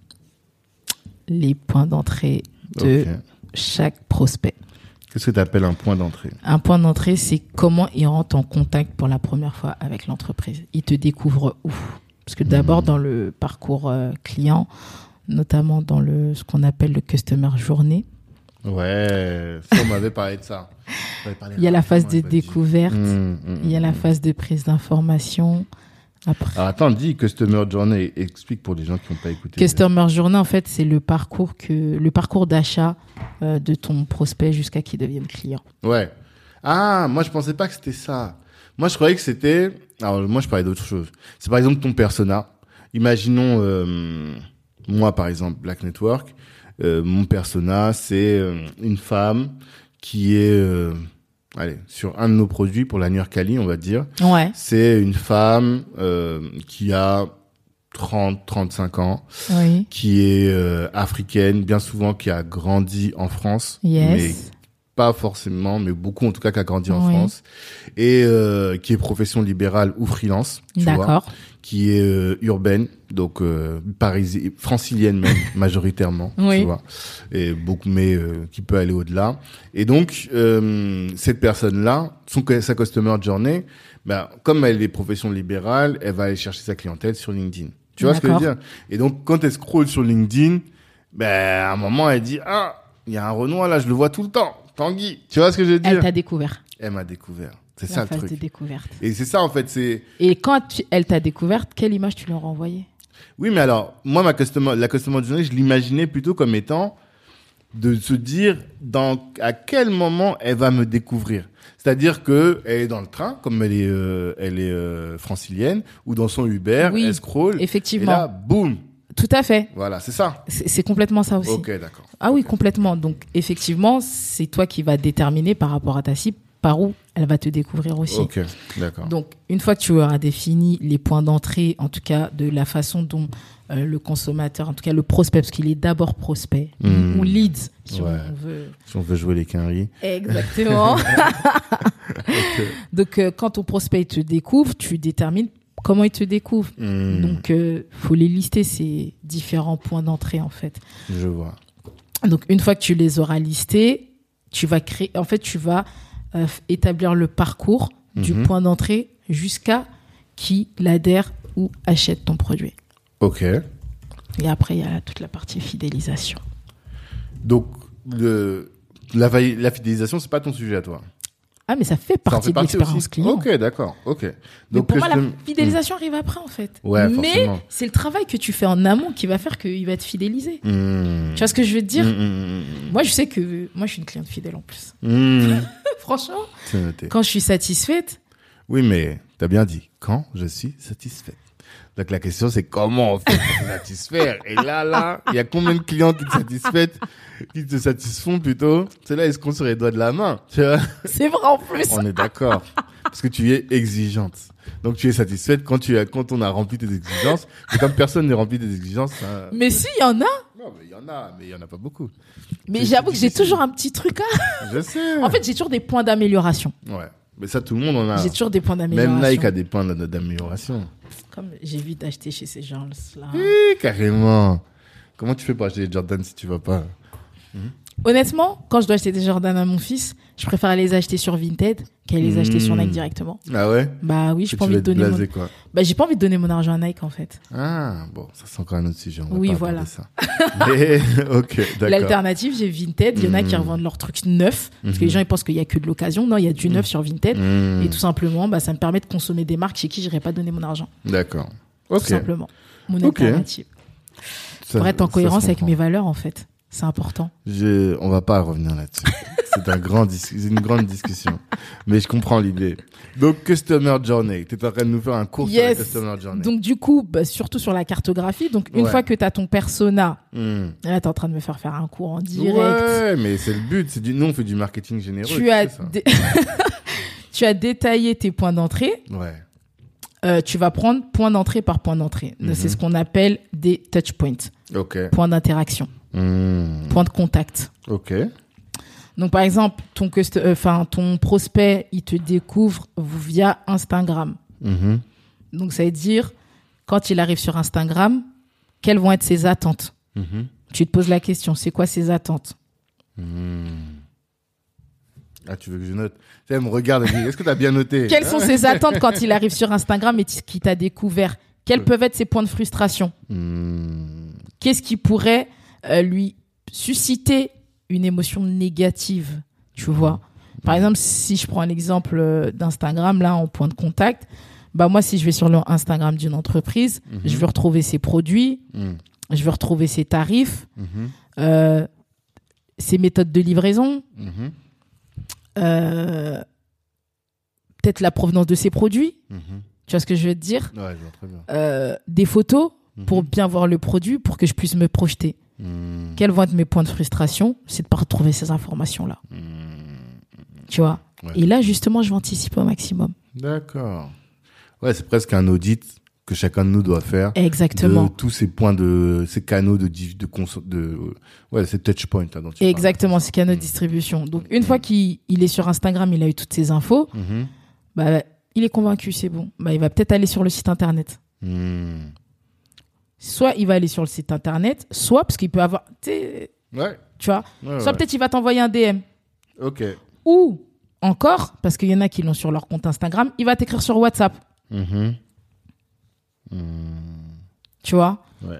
Les points d'entrée de chaque prospect. Qu'est-ce que tu appelles un point d'entrée ? Un point d'entrée, c'est comment il rentre en contact pour la première fois avec l'entreprise. Il te découvre où ? Parce que d'abord, dans le parcours client, notamment dans ce qu'on appelle le Customer Journey. Ouais, ça, on m'avait parlé de ça. Il y a la phase de découverte, il y a la phase de prise d'information. Après. Alors attends, dis Customer Journey, explique pour les gens qui n'ont pas écouté. Customer Journey, en fait, c'est le parcours d'achat de ton prospect jusqu'à qu'il devienne client. Ouais. Ah, moi je pensais pas que c'était ça. Moi je croyais que c'était. Alors moi je parlais d'autre chose. C'est par exemple ton persona. Imaginons moi par exemple Black Network. Mon persona c'est une femme qui est sur un de nos produits pour la Nurkali, on va dire. Ouais. C'est une femme qui a 35 ans, oui. Qui est africaine, bien souvent qui a grandi en France, mais pas forcément, mais beaucoup en tout cas qui a grandi en France, et qui est profession libérale ou freelance, tu vois, qui est urbaine, donc parisienne, francilienne même majoritairement, tu vois, et beaucoup, mais qui peut aller au-delà. Et donc cette personne-là, sa customer journey, comme elle est profession libérale, elle va aller chercher sa clientèle sur LinkedIn. Tu vois ce que je veux dire? Et donc, quand elle scrolle sur LinkedIn, à un moment, elle dit, il y a un Renoir là, je le vois tout le temps. Tanguy. Tu vois ce que je veux dire? Elle t'a découvert. Elle m'a découvert. C'est ça le truc. La phase de découverte. Et c'est ça, en fait, c'est... Et quand elle t'a découverte, quelle image tu leur as envoyée? Oui, mais alors, moi, la customer journey, je l'imaginais plutôt comme étant de se dire à quel moment elle va me découvrir. C'est-à-dire que elle est dans le train, comme elle est francilienne, ou dans son Uber, elle scrolle. Effectivement. Et là, boum. Tout à fait. Voilà, c'est ça. C'est complètement ça aussi. Ok, d'accord. Ah oui, complètement. Donc, effectivement, c'est toi qui vas déterminer par rapport à ta cible par où elle va te découvrir aussi. Ok, d'accord. Donc, une fois que tu auras défini les points d'entrée, en tout cas de la façon dont le consommateur, en tout cas le prospect, parce qu'il est d'abord prospect, ou lead, si on veut jouer les quinries. Exactement. Donc, quand ton prospect te découvre, tu détermines comment il te découvre. Donc, faut les lister, ces différents points d'entrée, en fait. Je vois. Donc, une fois que tu les auras listés, tu vas établir le parcours du point d'entrée jusqu'à qui adhère ou achète ton produit. Ok. Et après, il y a toute la partie fidélisation. Donc, la fidélisation, c'est pas ton sujet à toi? Ah, mais ça fait partie de l'expérience client. Ok, d'accord. Ok. Donc, pour moi, la fidélisation arrive après, en fait. Ouais, mais forcément. c'est le travail que tu fais en amont qui va faire qu'il va être fidélisé. Tu vois ce que je veux te dire? Moi, je sais que moi, je suis une cliente fidèle en plus. Franchement, c'est noté. Quand je suis satisfaite. Oui, mais t'as bien dit, quand je suis satisfaite. Donc la question, c'est comment on fait pour te satisfaire? Et là, il y a combien de clients qui te satisfont plutôt? Ceux-là, ils se comptent sur les doigts de la main. Tu vois? C'est vrai en plus. On est d'accord. Parce que tu es exigeante. Donc tu es satisfaite quand on a rempli tes exigences. Mais comme personne n'a rempli tes exigences. Mais si, il y en a. Non, mais il y en a pas beaucoup. Mais j'avoue que j'ai toujours un petit truc Je sais. En fait, j'ai toujours des points d'amélioration. Ouais. Mais ça, tout le monde en a. J'ai toujours des points d'amélioration. Même Nike a des points d'amélioration. Comme j'évite d'acheter chez ces gens-là. Oui, carrément. Comment tu fais pour acheter des Jordan si tu vas pas? Honnêtement, quand je dois acheter des Jordan à mon fils, je préfère les acheter sur Vinted qu'à les acheter sur Nike directement. Ah ouais? Bah oui, j'ai pas envie de donner j'ai pas envie de donner mon argent à Nike en fait. Ah bon, ça c'est encore un autre sujet. On va pas voilà. Ça. Mais ok, d'accord. L'alternative, j'ai Vinted. Il y en a qui revendent leurs trucs neufs parce que les gens ils pensent qu'il y a que de l'occasion. Non, il y a du neuf sur Vinted et tout simplement, ça me permet de consommer des marques chez qui j'irais pas donner mon argent. D'accord. Ok. Tout simplement. Mon alternative. Pour être en cohérence avec mes valeurs en fait. C'est important. On va pas revenir là-dessus. C'est une grande discussion. Mais je comprends l'idée. Donc, Customer Journey. Tu es en train de nous faire un cours sur la Customer Journey. Donc, du coup, surtout sur la cartographie. Donc, une fois que tu as ton persona, là, tu es en train de me faire un cours en direct. Ouais, mais c'est le but. Nous, on fait du marketing généreux. Tu as détaillé tes points d'entrée. Ouais. Tu vas prendre point d'entrée par point d'entrée. C'est ce qu'on appelle des touch points. OK. Points d'interaction. Point de contact. OK. Donc, par exemple, ton prospect, il te découvre via Instagram. Donc, ça veut dire, quand il arrive sur Instagram, quelles vont être ses attentes? Tu te poses la question, c'est quoi ses attentes? Ah, tu veux que je note? Elle me regarde, elle dit, est-ce que tu as bien noté? Quelles sont ses attentes quand il arrive sur Instagram et qu'il t'a découvert? Quels peuvent être ses points de frustration? Qu'est-ce qui pourrait lui susciter une émotion négative, tu vois? Par exemple, si je prends l'exemple d'Instagram, là, en point de contact, moi, si je vais sur le Instagram d'une entreprise, je veux retrouver ses produits, je veux retrouver ses tarifs, ses méthodes de livraison, peut-être la provenance de ses produits, tu vois ce que je veux te dire? Ouais, je vois très bien. Des photos pour bien voir le produit, pour que je puisse me projeter. Quels vont être mes points de frustration? C'est de pas retrouver ces informations-là. Tu vois? Ouais. Et là, justement, je vais anticiper au maximum. D'accord. Ouais, c'est presque un audit que chacun de nous doit faire. Exactement. De tous ces points ces canaux ces touch points, dont tu Exactement, ces canaux de distribution. Donc, une fois qu'il est sur Instagram, il a eu toutes ces infos, il est convaincu, c'est bon. Il va peut-être aller sur le site internet. Soit il va aller sur le site internet, soit parce qu'il peut avoir, tu vois, soit peut-être il va t'envoyer un DM. Ok. Ou encore, parce qu'il y en a qui l'ont sur leur compte Instagram, il va t'écrire sur WhatsApp. Tu vois? Ouais.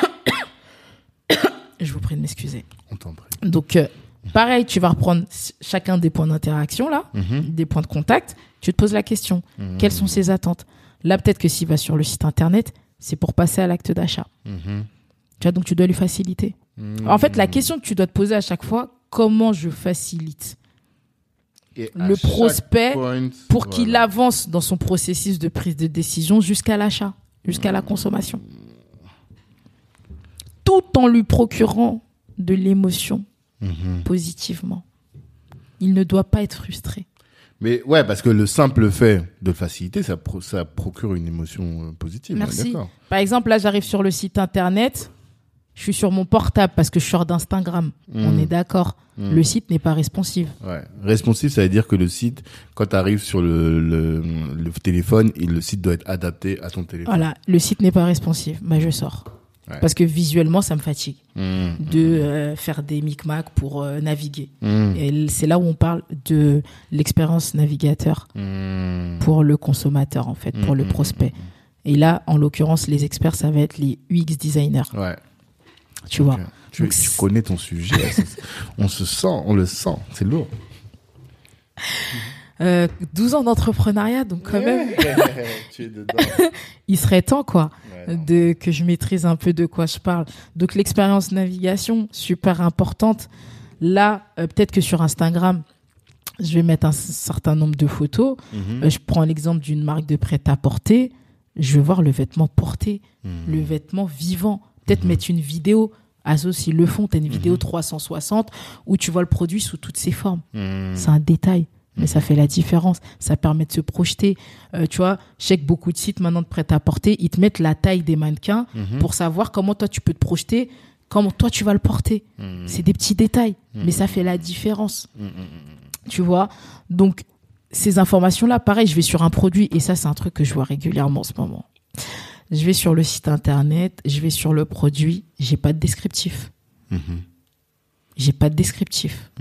Je vous prie de m'excuser. On t'en prie. Donc, pareil, tu vas reprendre chacun des points d'interaction, là, des points de contact. Tu te poses la question. Quelles sont ses attentes? Là, peut-être que s'il va sur le site internet, c'est pour passer à l'acte d'achat. Tu vois, donc tu dois lui faciliter. En fait, la question que tu dois te poser à chaque fois, comment je facilite le prospect pour qu'il avance dans son processus de prise de décision jusqu'à l'achat, jusqu'à la consommation, tout en lui procurant de l'émotion positivement. Il ne doit pas être frustré. Mais ouais, parce que le simple fait de faciliter, ça procure une émotion positive. Merci. Par exemple, là, j'arrive sur le site internet, je suis sur mon portable parce que je sors d'Instagram. On est d'accord. Le site n'est pas responsive. Ouais. Responsive, ça veut dire que le site, quand tu arrives sur le téléphone, le site doit être adapté à ton téléphone. Voilà, le site n'est pas responsive. Je sors. Ouais. Parce que visuellement, ça me fatigue de faire des micmacs pour naviguer. Et c'est là où on parle de l'expérience navigateur pour le consommateur, en fait, pour le prospect. Et là, en l'occurrence, les experts, ça va être les UX designers. Ouais. Tu vois. Tu connais ton sujet. On le sent. C'est lourd. 12 ans d'entrepreneuriat, donc quand même. Tu es dedans. Il serait temps, quoi, que je maîtrise un peu de quoi je parle. Donc, l'expérience navigation, super importante. Là, peut-être que sur Instagram, je vais mettre un certain nombre de photos. Je prends l'exemple d'une marque de prêt-à-porter. Je vais voir le vêtement porté, le vêtement vivant. Peut-être mettre une vidéo. Azos, ils le font. Tu as une vidéo 360 où tu vois le produit sous toutes ses formes. C'est un détail. Mais ça fait la différence. Ça permet de se projeter. Tu vois, je sais que beaucoup de sites maintenant de prêt-à-porter, ils te mettent la taille des mannequins pour savoir comment toi tu peux te projeter, comment toi tu vas le porter. C'est des petits détails, mais ça fait la différence. Tu vois, donc ces informations-là, pareil, je vais sur un produit et ça, c'est un truc que je vois régulièrement en ce moment. Je vais sur le site internet, je vais sur le produit, j'ai pas de descriptif. J'ai pas de descriptif.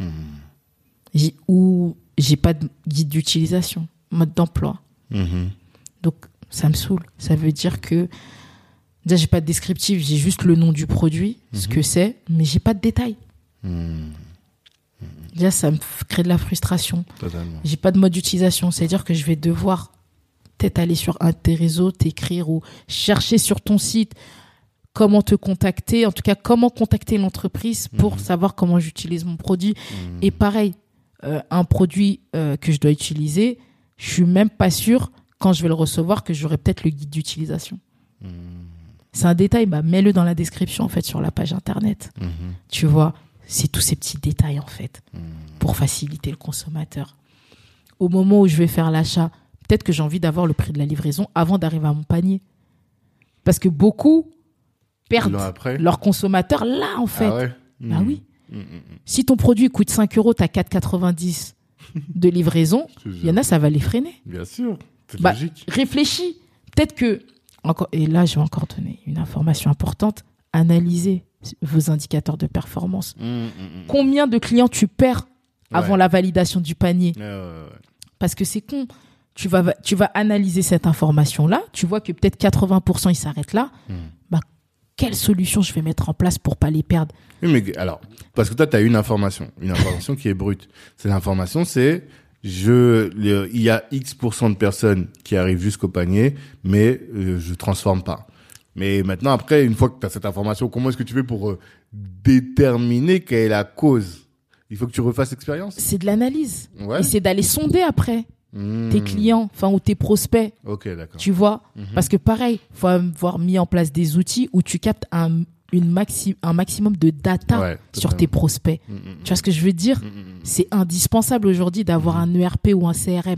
Ou j'ai pas de guide d'utilisation, mode d'emploi. Donc, ça me saoule. Ça veut dire que, déjà, j'ai pas de descriptif, j'ai juste le nom du produit, ce que c'est, mais j'ai pas de détails. Déjà, ça me crée de la frustration. Totalement. J'ai pas de mode d'utilisation. C'est-à-dire que je vais devoir peut-être aller sur un de tes réseaux, t'écrire ou chercher sur ton site comment te contacter, en tout cas comment contacter l'entreprise pour savoir comment j'utilise mon produit. Et pareil, un produit que je dois utiliser, je suis même pas sûr quand je vais le recevoir que j'aurai peut-être le guide d'utilisation. C'est un détail, mets-le dans la description en fait sur la page internet. Tu vois, c'est tous ces petits détails en fait pour faciliter le consommateur. Au moment où je vais faire l'achat, peut-être que j'ai envie d'avoir le prix de la livraison avant d'arriver à mon panier. Parce que beaucoup perdent leur consommateur là, en fait. Ah ouais Bah oui. Si ton produit coûte 5 €, tu as 4,90 de livraison, il y en a, ça va les freiner. Bien sûr, c'est logique. Réfléchis. Peut-être que, et là, je vais encore donner une information importante, analysez vos indicateurs de performance. Combien de clients tu perds avant la validation du panier? Parce que c'est con. Tu vas analyser cette information-là, tu vois que peut-être 80% ils s'arrêtent là. Quelle solution je vais mettre en place pour pas les perdre? Oui, mais alors, parce que toi, tu as une information qui est brute. Cette information, c'est il y a X% de personnes qui arrivent jusqu'au panier, mais je transforme pas. Mais maintenant, après, une fois que tu as cette information, comment est-ce que tu fais pour déterminer quelle est la cause? Il faut que tu refasses l'expérience? C'est de l'analyse. Et c'est d'aller sonder après. Tes clients, ou tes prospects. Ok, d'accord. Tu vois, parce que pareil, faut avoir mis en place des outils où tu captes un maximum de data sur tes prospects. Tu vois ce que je veux dire? C'est indispensable aujourd'hui d'avoir un ERP ou un CRM.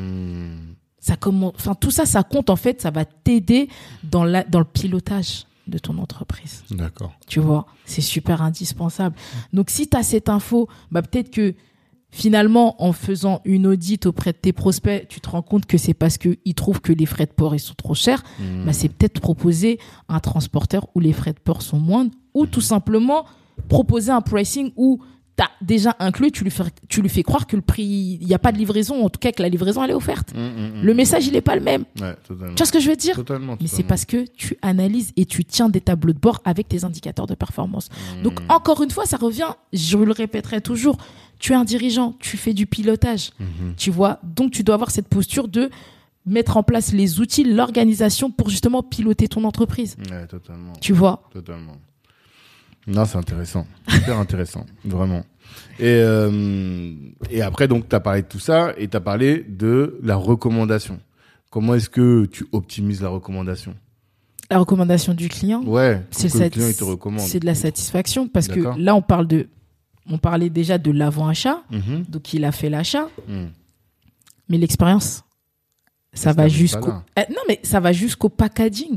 Tout ça, ça compte en fait, ça va t'aider dans le pilotage de ton entreprise. D'accord. Tu vois, c'est super indispensable. Donc si tu as cette info, peut-être que finalement, en faisant une audit auprès de tes prospects, tu te rends compte que c'est parce qu'ils trouvent que les frais de port ils sont trop chers. C'est peut-être proposer un transporteur où les frais de port sont moindres ou tout simplement proposer un pricing où tu as déjà inclus, tu lui fais croire que le prix, il n'y a pas de livraison, en tout cas que la livraison elle est offerte. Le message, il n'est pas le même. Ouais, totalement. Tu vois ce que je veux dire? Totalement. Mais c'est parce que tu analyses et tu tiens des tableaux de bord avec tes indicateurs de performance. Donc, encore une fois, ça revient, je le répéterai toujours, tu es un dirigeant, tu fais du pilotage, tu vois. Donc, tu dois avoir cette posture de mettre en place les outils, l'organisation pour justement piloter ton entreprise. Ouais, totalement. Tu vois? Totalement. Non, c'est intéressant. Super intéressant. Vraiment. Et après, donc, tu as parlé de tout ça et tu as parlé de la recommandation. Comment est-ce que tu optimises la recommandation? La recommandation du client? Ouais. Le client, il te recommande. C'est de la satisfaction parce que là, on parlait déjà de l'avant-achat. Donc, il a fait l'achat. Mais l'expérience, ça va jusqu'au, non, mais ça va jusqu'au packaging.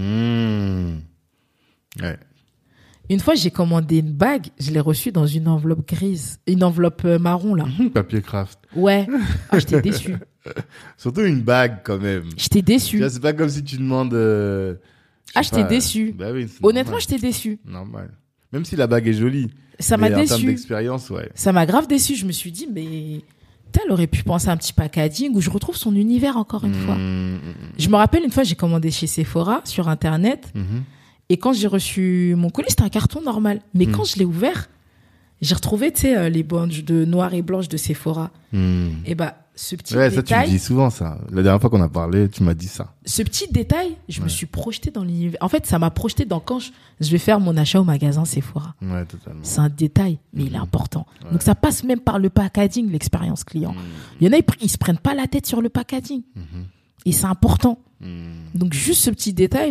Ouais. Une fois, j'ai commandé une bague, je l'ai reçue dans une enveloppe grise, une enveloppe marron, là. Papier craft. Ouais. J'étais déçu. Surtout une bague, quand même. J'étais déçu. C'est pas comme si tu demandes... j'étais déçu. Bah oui, honnêtement, j'étais déçu. Normal. Même si la bague est jolie. Ça m'a déçu. En termes d'expérience, ouais. Ça m'a grave déçu. Je me suis dit, mais... Elle aurait pu penser à un petit packaging où je retrouve son univers encore une fois. Je me rappelle, une fois, j'ai commandé chez Sephora sur Internet. Et quand j'ai reçu mon colis, c'était un carton normal. Mais quand je l'ai ouvert, j'ai retrouvé, tu sais, les bandes de noir et blanche de Sephora. Et ce petit détail... ça, tu me dis souvent, ça. La dernière fois qu'on a parlé, tu m'as dit ça. Ce petit détail, je me suis projeté dans l'univers. En fait, ça m'a projeté dans quand je vais faire mon achat au magasin Sephora. Ouais, totalement. C'est un détail, mais il est important. Ouais. Donc, ça passe même par le packaging, l'expérience client. Il y en a, ils se prennent pas la tête sur le packaging. Et c'est important. Donc, juste ce petit détail,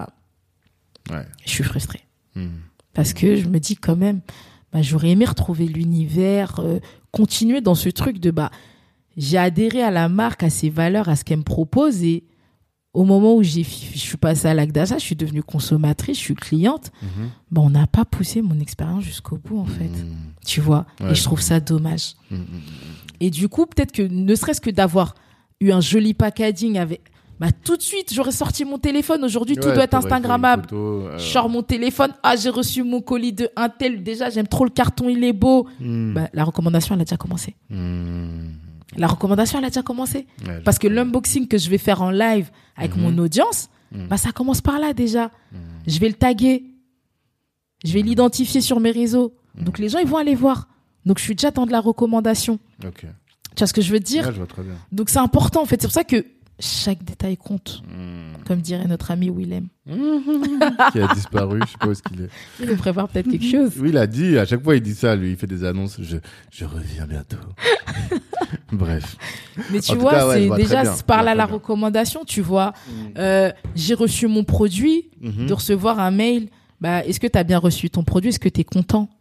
je suis frustrée. Parce que je me dis quand même, j'aurais aimé retrouver l'univers, continuer dans ce truc de, j'ai adhéré à la marque, à ses valeurs, à ce qu'elle me propose, et au moment où je suis passée à l'acte d'achat, je suis devenue consommatrice, je suis cliente, on n'a pas poussé mon expérience jusqu'au bout, en fait. Tu vois? Et je trouve ça dommage. Et du coup, peut-être que, ne serait-ce que d'avoir eu un joli packaging avec... tout de suite, j'aurais sorti mon téléphone. Aujourd'hui, tout doit être Instagrammable. Je sors mon téléphone. J'ai reçu mon colis de un tel. Déjà, j'aime trop le carton, il est beau. La recommandation, elle a déjà commencé. La recommandation, elle a déjà commencé. Parce que l'unboxing que je vais faire en live avec mon audience, ça commence par là déjà. Je vais le taguer. Je vais l'identifier sur mes réseaux. Donc, les gens, ils vont aller voir. Donc, je suis déjà dans de la recommandation. Ok. Tu vois ce que je veux dire? Ouais, je vois très bien. Donc, c'est important, en fait. C'est pour ça que chaque détail compte. comme dirait notre ami Willem. Qui a disparu, je sais pas où est-ce qu'il est. Il nous prépare peut-être quelque chose. Oui, il a dit, à chaque fois il dit ça, lui, il fait des annonces, je reviens bientôt. Bref. Mais tu En tout vois, cas, ouais, je c'est vois déjà très bien. par Je vois là la très bien. recommandation, tu vois. J'ai reçu mon produit, de recevoir un mail. Bah, est-ce que tu as bien reçu ton produit? Est-ce que tu es content?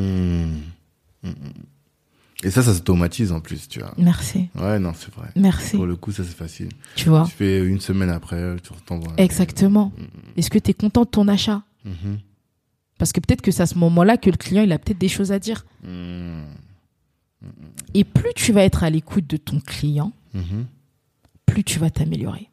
Et ça s'automatise en plus, tu vois. Merci. Ouais, non, c'est vrai. Merci. Pour le coup, ça c'est facile. Tu vois. Tu fais une semaine après, tu t'envoies. Exactement. Est-ce que tu es content de ton achat? Parce que peut-être que c'est à ce moment-là que le client, il a peut-être des choses à dire. Et plus tu vas être à l'écoute de ton client, plus tu vas t'améliorer.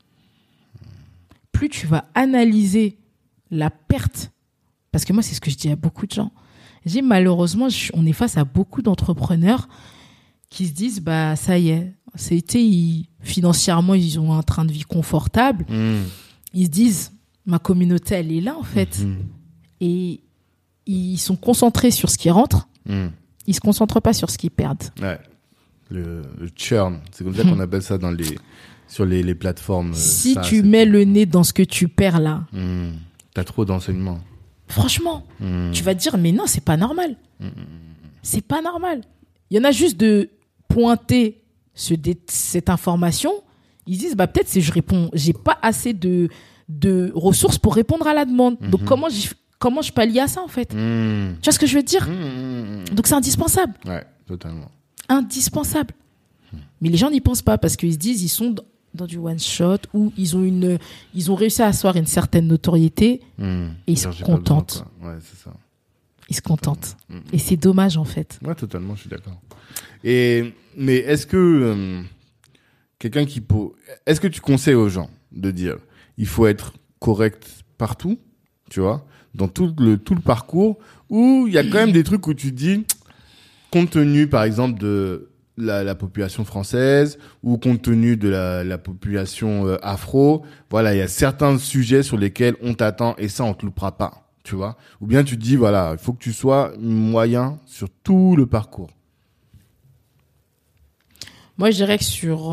Plus tu vas analyser la perte. Parce que moi, c'est ce que je dis à beaucoup de gens. Je dis, malheureusement, on est face à beaucoup d'entrepreneurs qui se disent, bah, ça y est, financièrement, ils ont un train de vie confortable. Ils se disent, ma communauté, elle est là, en fait. Et ils sont concentrés sur ce qui rentre. Ils se concentrent pas sur ce qu'ils perdent. Ouais. Le churn, c'est comme ça qu'on appelle ça sur les plateformes. Si tu mets le nez dans ce que tu perds là, t'as trop d'enseignements. Franchement, tu vas te dire, mais non, c'est pas normal. C'est pas normal. Il y en a juste de pointer cette information. Ils disent, bah, peut-être si je réponds, j'ai pas assez de ressources pour répondre à la demande. Donc, comment je pallie à ça, en fait? Tu vois ce que je veux dire? Donc, c'est indispensable. Ouais, totalement. Indispensable. Mais les gens n'y pensent pas parce qu'ils se disent, ils sont dans du one shot ou ils ont réussi à asseoir une certaine notoriété et ils se contentent. Ouais, c'est ça. Ils se contentent. Et c'est dommage, en fait. Ouais, totalement, je suis d'accord. Mais est-ce que est-ce que tu conseilles aux gens de dire, il faut être correct partout, tu vois, dans tout le parcours, ou il y a quand même des trucs où tu dis, compte tenu, par exemple, de la population française ou compte tenu de la population afro, voilà, il y a certains sujets sur lesquels on t'attend et ça, on te loupera pas, tu vois. Ou bien tu te dis, voilà, il faut que tu sois moyen sur tout le parcours. Moi, je dirais que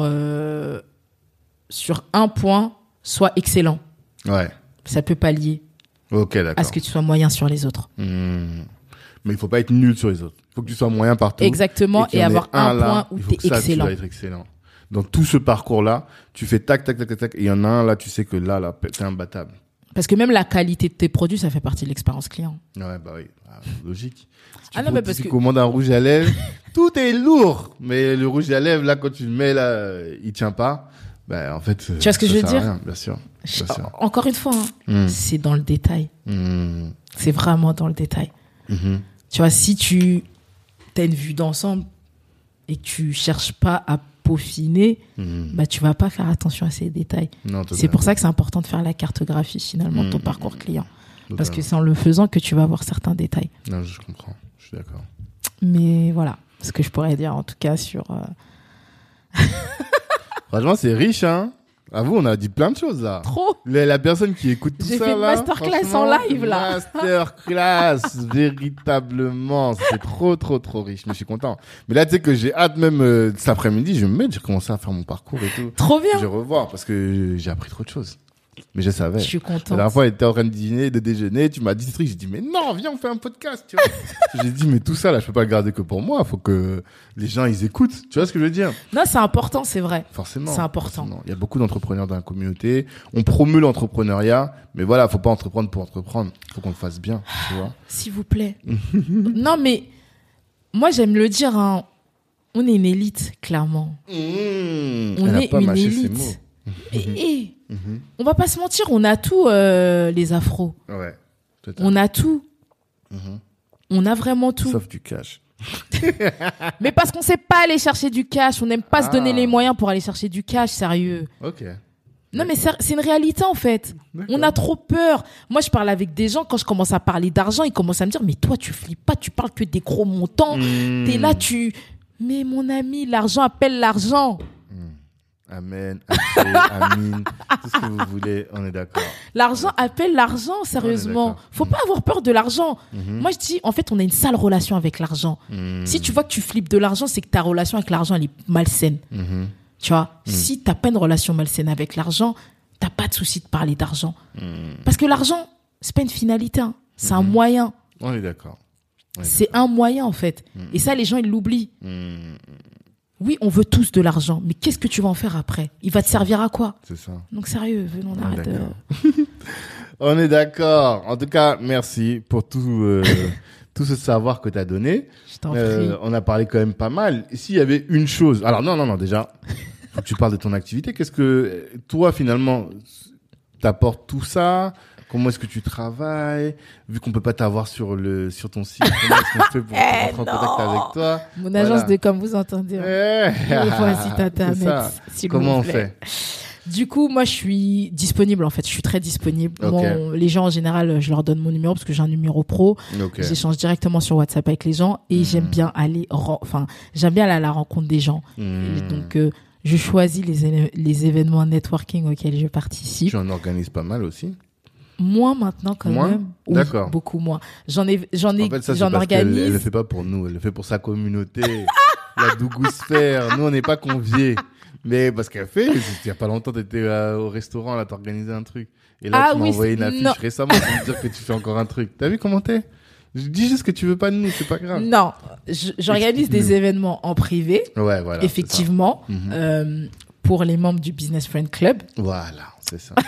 sur un point, sois excellent. Ouais. Ça peut pallier à ce que tu sois moyen sur les autres. Mais il faut pas être nul sur les autres. Il faut que tu sois moyen partout. Exactement, et avoir un point où tu es excellent. Tu vas être excellent. Dans tout ce parcours-là, tu fais tac, tac, tac, tac, tac, et il y en a un là, tu sais que là, t'es imbattable. Parce que même la qualité de tes produits, ça fait partie de l'expérience client. Ouais, bah oui, logique. Si non, mais parce que commandes un rouge à lèvres, tout est lourd. Mais le rouge à lèvres, là, quand tu le mets là, il tient pas. Ben, en fait, tu vois ce que je veux dire? Rien, bien sûr. Encore une fois, c'est dans le détail. C'est vraiment dans le détail. Tu vois, si tu as une vue d'ensemble et que tu cherches pas à peaufiner, bah, tu vas pas faire attention à ces détails. Non, c'est pour ça que c'est important de faire la cartographie finalement de ton parcours client. Parce que c'est en le faisant que tu vas voir certains détails. Non, je comprends. Je suis d'accord. Mais voilà, ce que je pourrais dire en tout cas sur... Franchement, c'est riche, hein. À vous, on a dit plein de choses là. Trop. La personne qui écoute tout J'ai ça fait là. J'ai fait masterclass en live là. Masterclass, véritablement. C'est trop, trop, trop riche. Mais je suis content. Mais là, tu sais que j'ai hâte même cet après-midi, je vais me mettre, j'ai commencé à faire mon parcours et tout. Trop bien. Je vais revoir parce que j'ai appris trop de choses. Mais je savais. Je suis contente. La dernière fois, elle était en train de dîner, de déjeuner. Tu m'as dit ce truc. J'ai dit, mais non, viens, on fait un podcast, tu vois. J'ai dit, mais tout ça, là, je peux pas le garder que pour moi. Faut que les gens, ils écoutent. Tu vois ce que je veux dire? Non, c'est important, c'est vrai. Forcément. C'est important. Forcément. Il y a beaucoup d'entrepreneurs dans la communauté. On promeut l'entrepreneuriat. Mais voilà, faut pas entreprendre pour entreprendre. Faut qu'on le fasse bien, tu vois. S'il vous plaît. Non, mais moi, j'aime le dire, hein. On est une élite, clairement. On est une élite. Et on va pas se mentir, on a tout, les afros. Ouais. Totalement. On a tout. On a vraiment tout. Sauf du cash. Mais parce qu'on sait pas aller chercher du cash, on n'aime pas se donner les moyens pour aller chercher du cash, sérieux. Ok. Non, mais c'est une réalité, en fait. D'accord. On a trop peur. Moi, je parle avec des gens, quand je commence à parler d'argent, ils commencent à me dire, mais toi, tu flippes pas, tu parles que des gros montants. T'es là, mais mon ami, l'argent appelle l'argent. Amen, amin, tout ce que vous voulez, on est d'accord. L'argent appelle l'argent, sérieusement. Faut pas avoir peur de l'argent. Moi, je dis, en fait, on a une sale relation avec l'argent. Si tu vois que tu flippes de l'argent, c'est que ta relation avec l'argent, elle est malsaine. Tu vois, si t'as pas une relation malsaine avec l'argent, t'as pas de souci de parler d'argent. Parce que l'argent, c'est pas une finalité, hein. C'est un moyen. On est d'accord. C'est un moyen, en fait. Et ça, les gens, ils l'oublient. Oui, on veut tous de l'argent, mais qu'est-ce que tu vas en faire après? Il va te servir à quoi? C'est ça. Donc sérieux, venons, on arrête. On est d'accord. En tout cas, merci pour tout ce savoir que tu as donné. Je t'en prie. On a parlé quand même pas mal. S'il y avait une chose... Alors non, déjà, faut que tu parles de ton activité. Qu'est-ce que toi, finalement, t'apportes tout ça? Comment est-ce que tu travailles? Vu qu'on peut pas t'avoir sur ton site, comment est-ce qu'on fait pour rentrer en contact avec toi? Mon agence de com, vous entendez. Il faut un site internet, s'il vous plaît. Comment on fait? Du coup, moi, je suis disponible, en fait. Je suis très disponible. Okay. Les gens, en général, je leur donne mon numéro parce que j'ai un numéro pro. Okay. J'échange directement sur WhatsApp avec les gens et j'aime bien aller à la rencontre des gens. Et donc, je choisis les événements networking auxquels je participe. Tu en organises pas mal aussi? Moins maintenant, quand même. Oui, d'accord. Beaucoup moins. J'en organise. Elle le fait pas pour nous. Elle le fait pour sa communauté. La Dougousphère. Nous, on n'est pas conviés. Mais parce qu'elle fait, il y a pas longtemps, t'étais au restaurant, là, t'organisais un truc. Et là, tu m'as envoyé une affiche récemment pour me dire que tu fais encore un truc. T'as vu comment t'es? Je dis juste que tu veux pas de nous, c'est pas grave. Non, j'organise des événements en privé. Ouais, voilà. Effectivement, pour les membres du Business Friend Club. Voilà, c'est ça.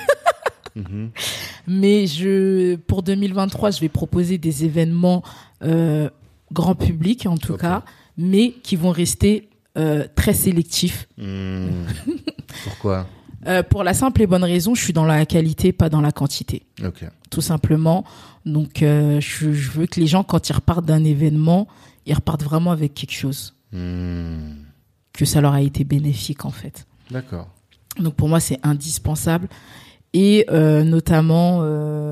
Mais pour 2023, je vais proposer des événements grand public, en tout cas, mais qui vont rester très sélectifs. Pourquoi? Pour la simple et bonne raison, je suis dans la qualité, pas dans la quantité. Tout simplement. Donc, je veux que les gens, quand ils repartent d'un événement, ils repartent vraiment avec quelque chose. Que ça leur a été bénéfique, en fait. D'accord. Donc, pour moi, c'est indispensable. Et notamment,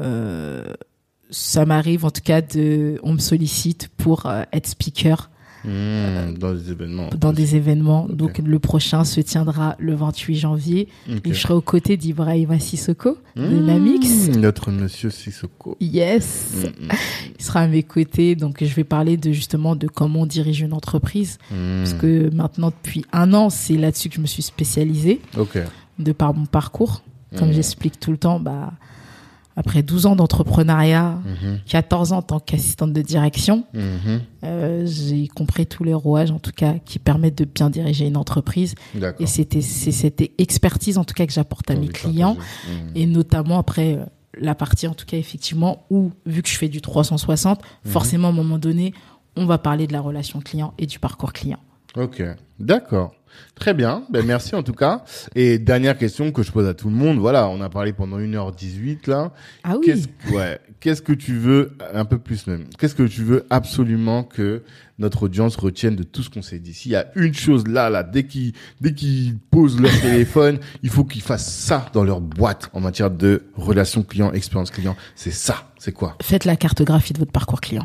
ça m'arrive, en tout cas, on me sollicite pour être speaker. Dans des événements. Des événements. Okay. Donc, le prochain se tiendra le 28 janvier. Et je serai aux côtés d'Ibrahima Sissoko, de Namix. Notre monsieur Sissoko. Yes. Il sera à mes côtés. Donc, je vais parler justement de comment on dirige une entreprise. Parce que maintenant, depuis 1 an, c'est là-dessus que je me suis spécialisée. De par mon parcours. Comme j'explique tout le temps, après 12 ans d'entrepreneuriat, 14 ans en tant qu'assistante de direction, j'ai compris tous les rouages, en tout cas, qui permettent de bien diriger une entreprise. Et c'est cette expertise, en tout cas, que j'apporte à mes clients. Et notamment après la partie, en tout cas, effectivement, où, vu que je fais du 360, forcément, à un moment donné, on va parler de la relation client et du parcours client. Ok, d'accord. Très bien, merci en tout cas. Et dernière question que je pose à tout le monde, voilà, on a parlé pendant 1h18 là. Ah oui. Qu'est-ce que tu veux, un peu plus même, qu'est-ce que tu veux absolument que notre audience retienne de tout ce qu'on s'est dit? S'il y a une chose là, dès qu'ils posent leur téléphone, il faut qu'ils fassent ça dans leur boîte en matière de relation client, expérience client. C'est ça, c'est quoi? Faites la cartographie de votre parcours client.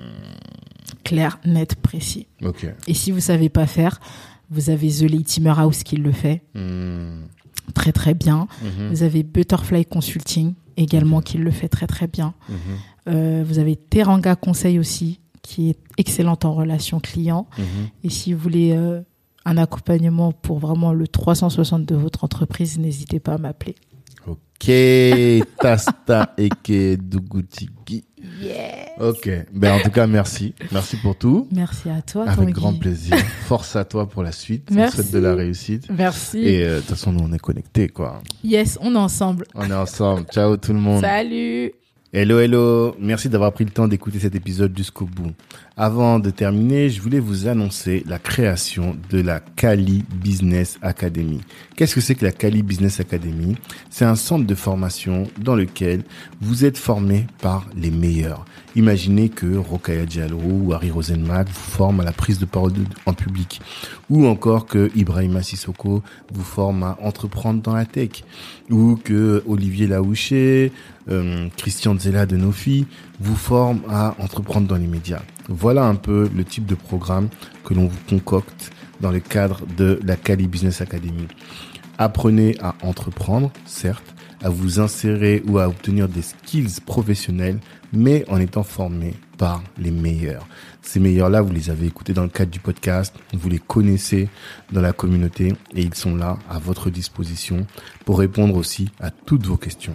Clair, net, précis. Et si vous savez pas faire, vous avez The Latimer House qui le fait. Très, très bien. Vous avez Butterfly Consulting également qui le fait très, très bien. Vous avez Teranga Conseil aussi qui est excellente en relation client. Et si vous voulez un accompagnement pour vraiment le 360 de votre entreprise, n'hésitez pas à m'appeler. Ok, Tasta Eke Dougutigi. Yes. Ok, en tout cas, merci. Merci pour tout. Merci à toi, Avec Tanguy. grand plaisir. Force à toi pour la suite. Merci. On souhaite de la réussite. Merci. Et de toute façon, nous, on est connectés, quoi. Yes, on est ensemble. On est ensemble. Ciao tout le monde. Salut. Hello. Merci d'avoir pris le temps d'écouter cet épisode jusqu'au bout. Avant de terminer, je voulais vous annoncer la création de la Kali Business Academy. Qu'est-ce que c'est que la Kali Business Academy? C'est un centre de formation dans lequel vous êtes formé par les meilleurs. Imaginez que Rokhaya Diallo ou Harry Rosenmack vous forment à la prise de parole en public. Ou encore que Ibrahima Sissoko vous forme à entreprendre dans la tech. Ou que Olivier Laouché, Christian Zella de Nofi vous forme à entreprendre dans les médias. Voilà un peu le type de programme que l'on vous concocte dans le cadre de la Kali Business Academy. Apprenez à entreprendre, certes, à vous insérer ou à obtenir des skills professionnels, mais en étant formé par les meilleurs. Ces meilleurs-là, vous les avez écoutés dans le cadre du podcast, vous les connaissez dans la communauté et ils sont là à votre disposition pour répondre aussi à toutes vos questions.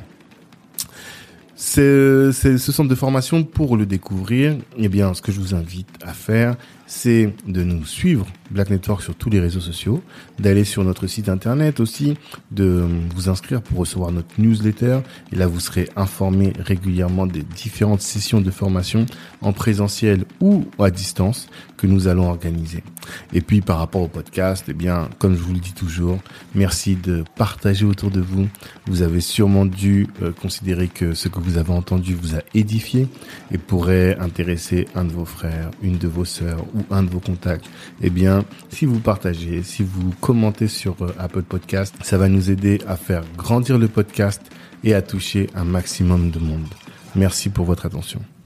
C'est ce centre de formation, pour le découvrir, eh bien, ce que je vous invite à faire, c'est de nous suivre, Black Network, sur tous les réseaux sociaux, d'aller sur notre site internet aussi, de vous inscrire pour recevoir notre newsletter. Et là, vous serez informé régulièrement des différentes sessions de formation en présentiel ou à distance que nous allons organiser. Et puis, par rapport au podcast, eh bien, comme je vous le dis toujours, merci de partager autour de vous. Vous avez sûrement dû considérer que ce que vous avez entendu vous a édifié et pourrait intéresser un de vos frères, une de vos sœurs ou un de vos contacts. Eh bien, si vous partagez, si vous commentez sur Apple Podcast, ça va nous aider à faire grandir le podcast et à toucher un maximum de monde. Merci pour votre attention.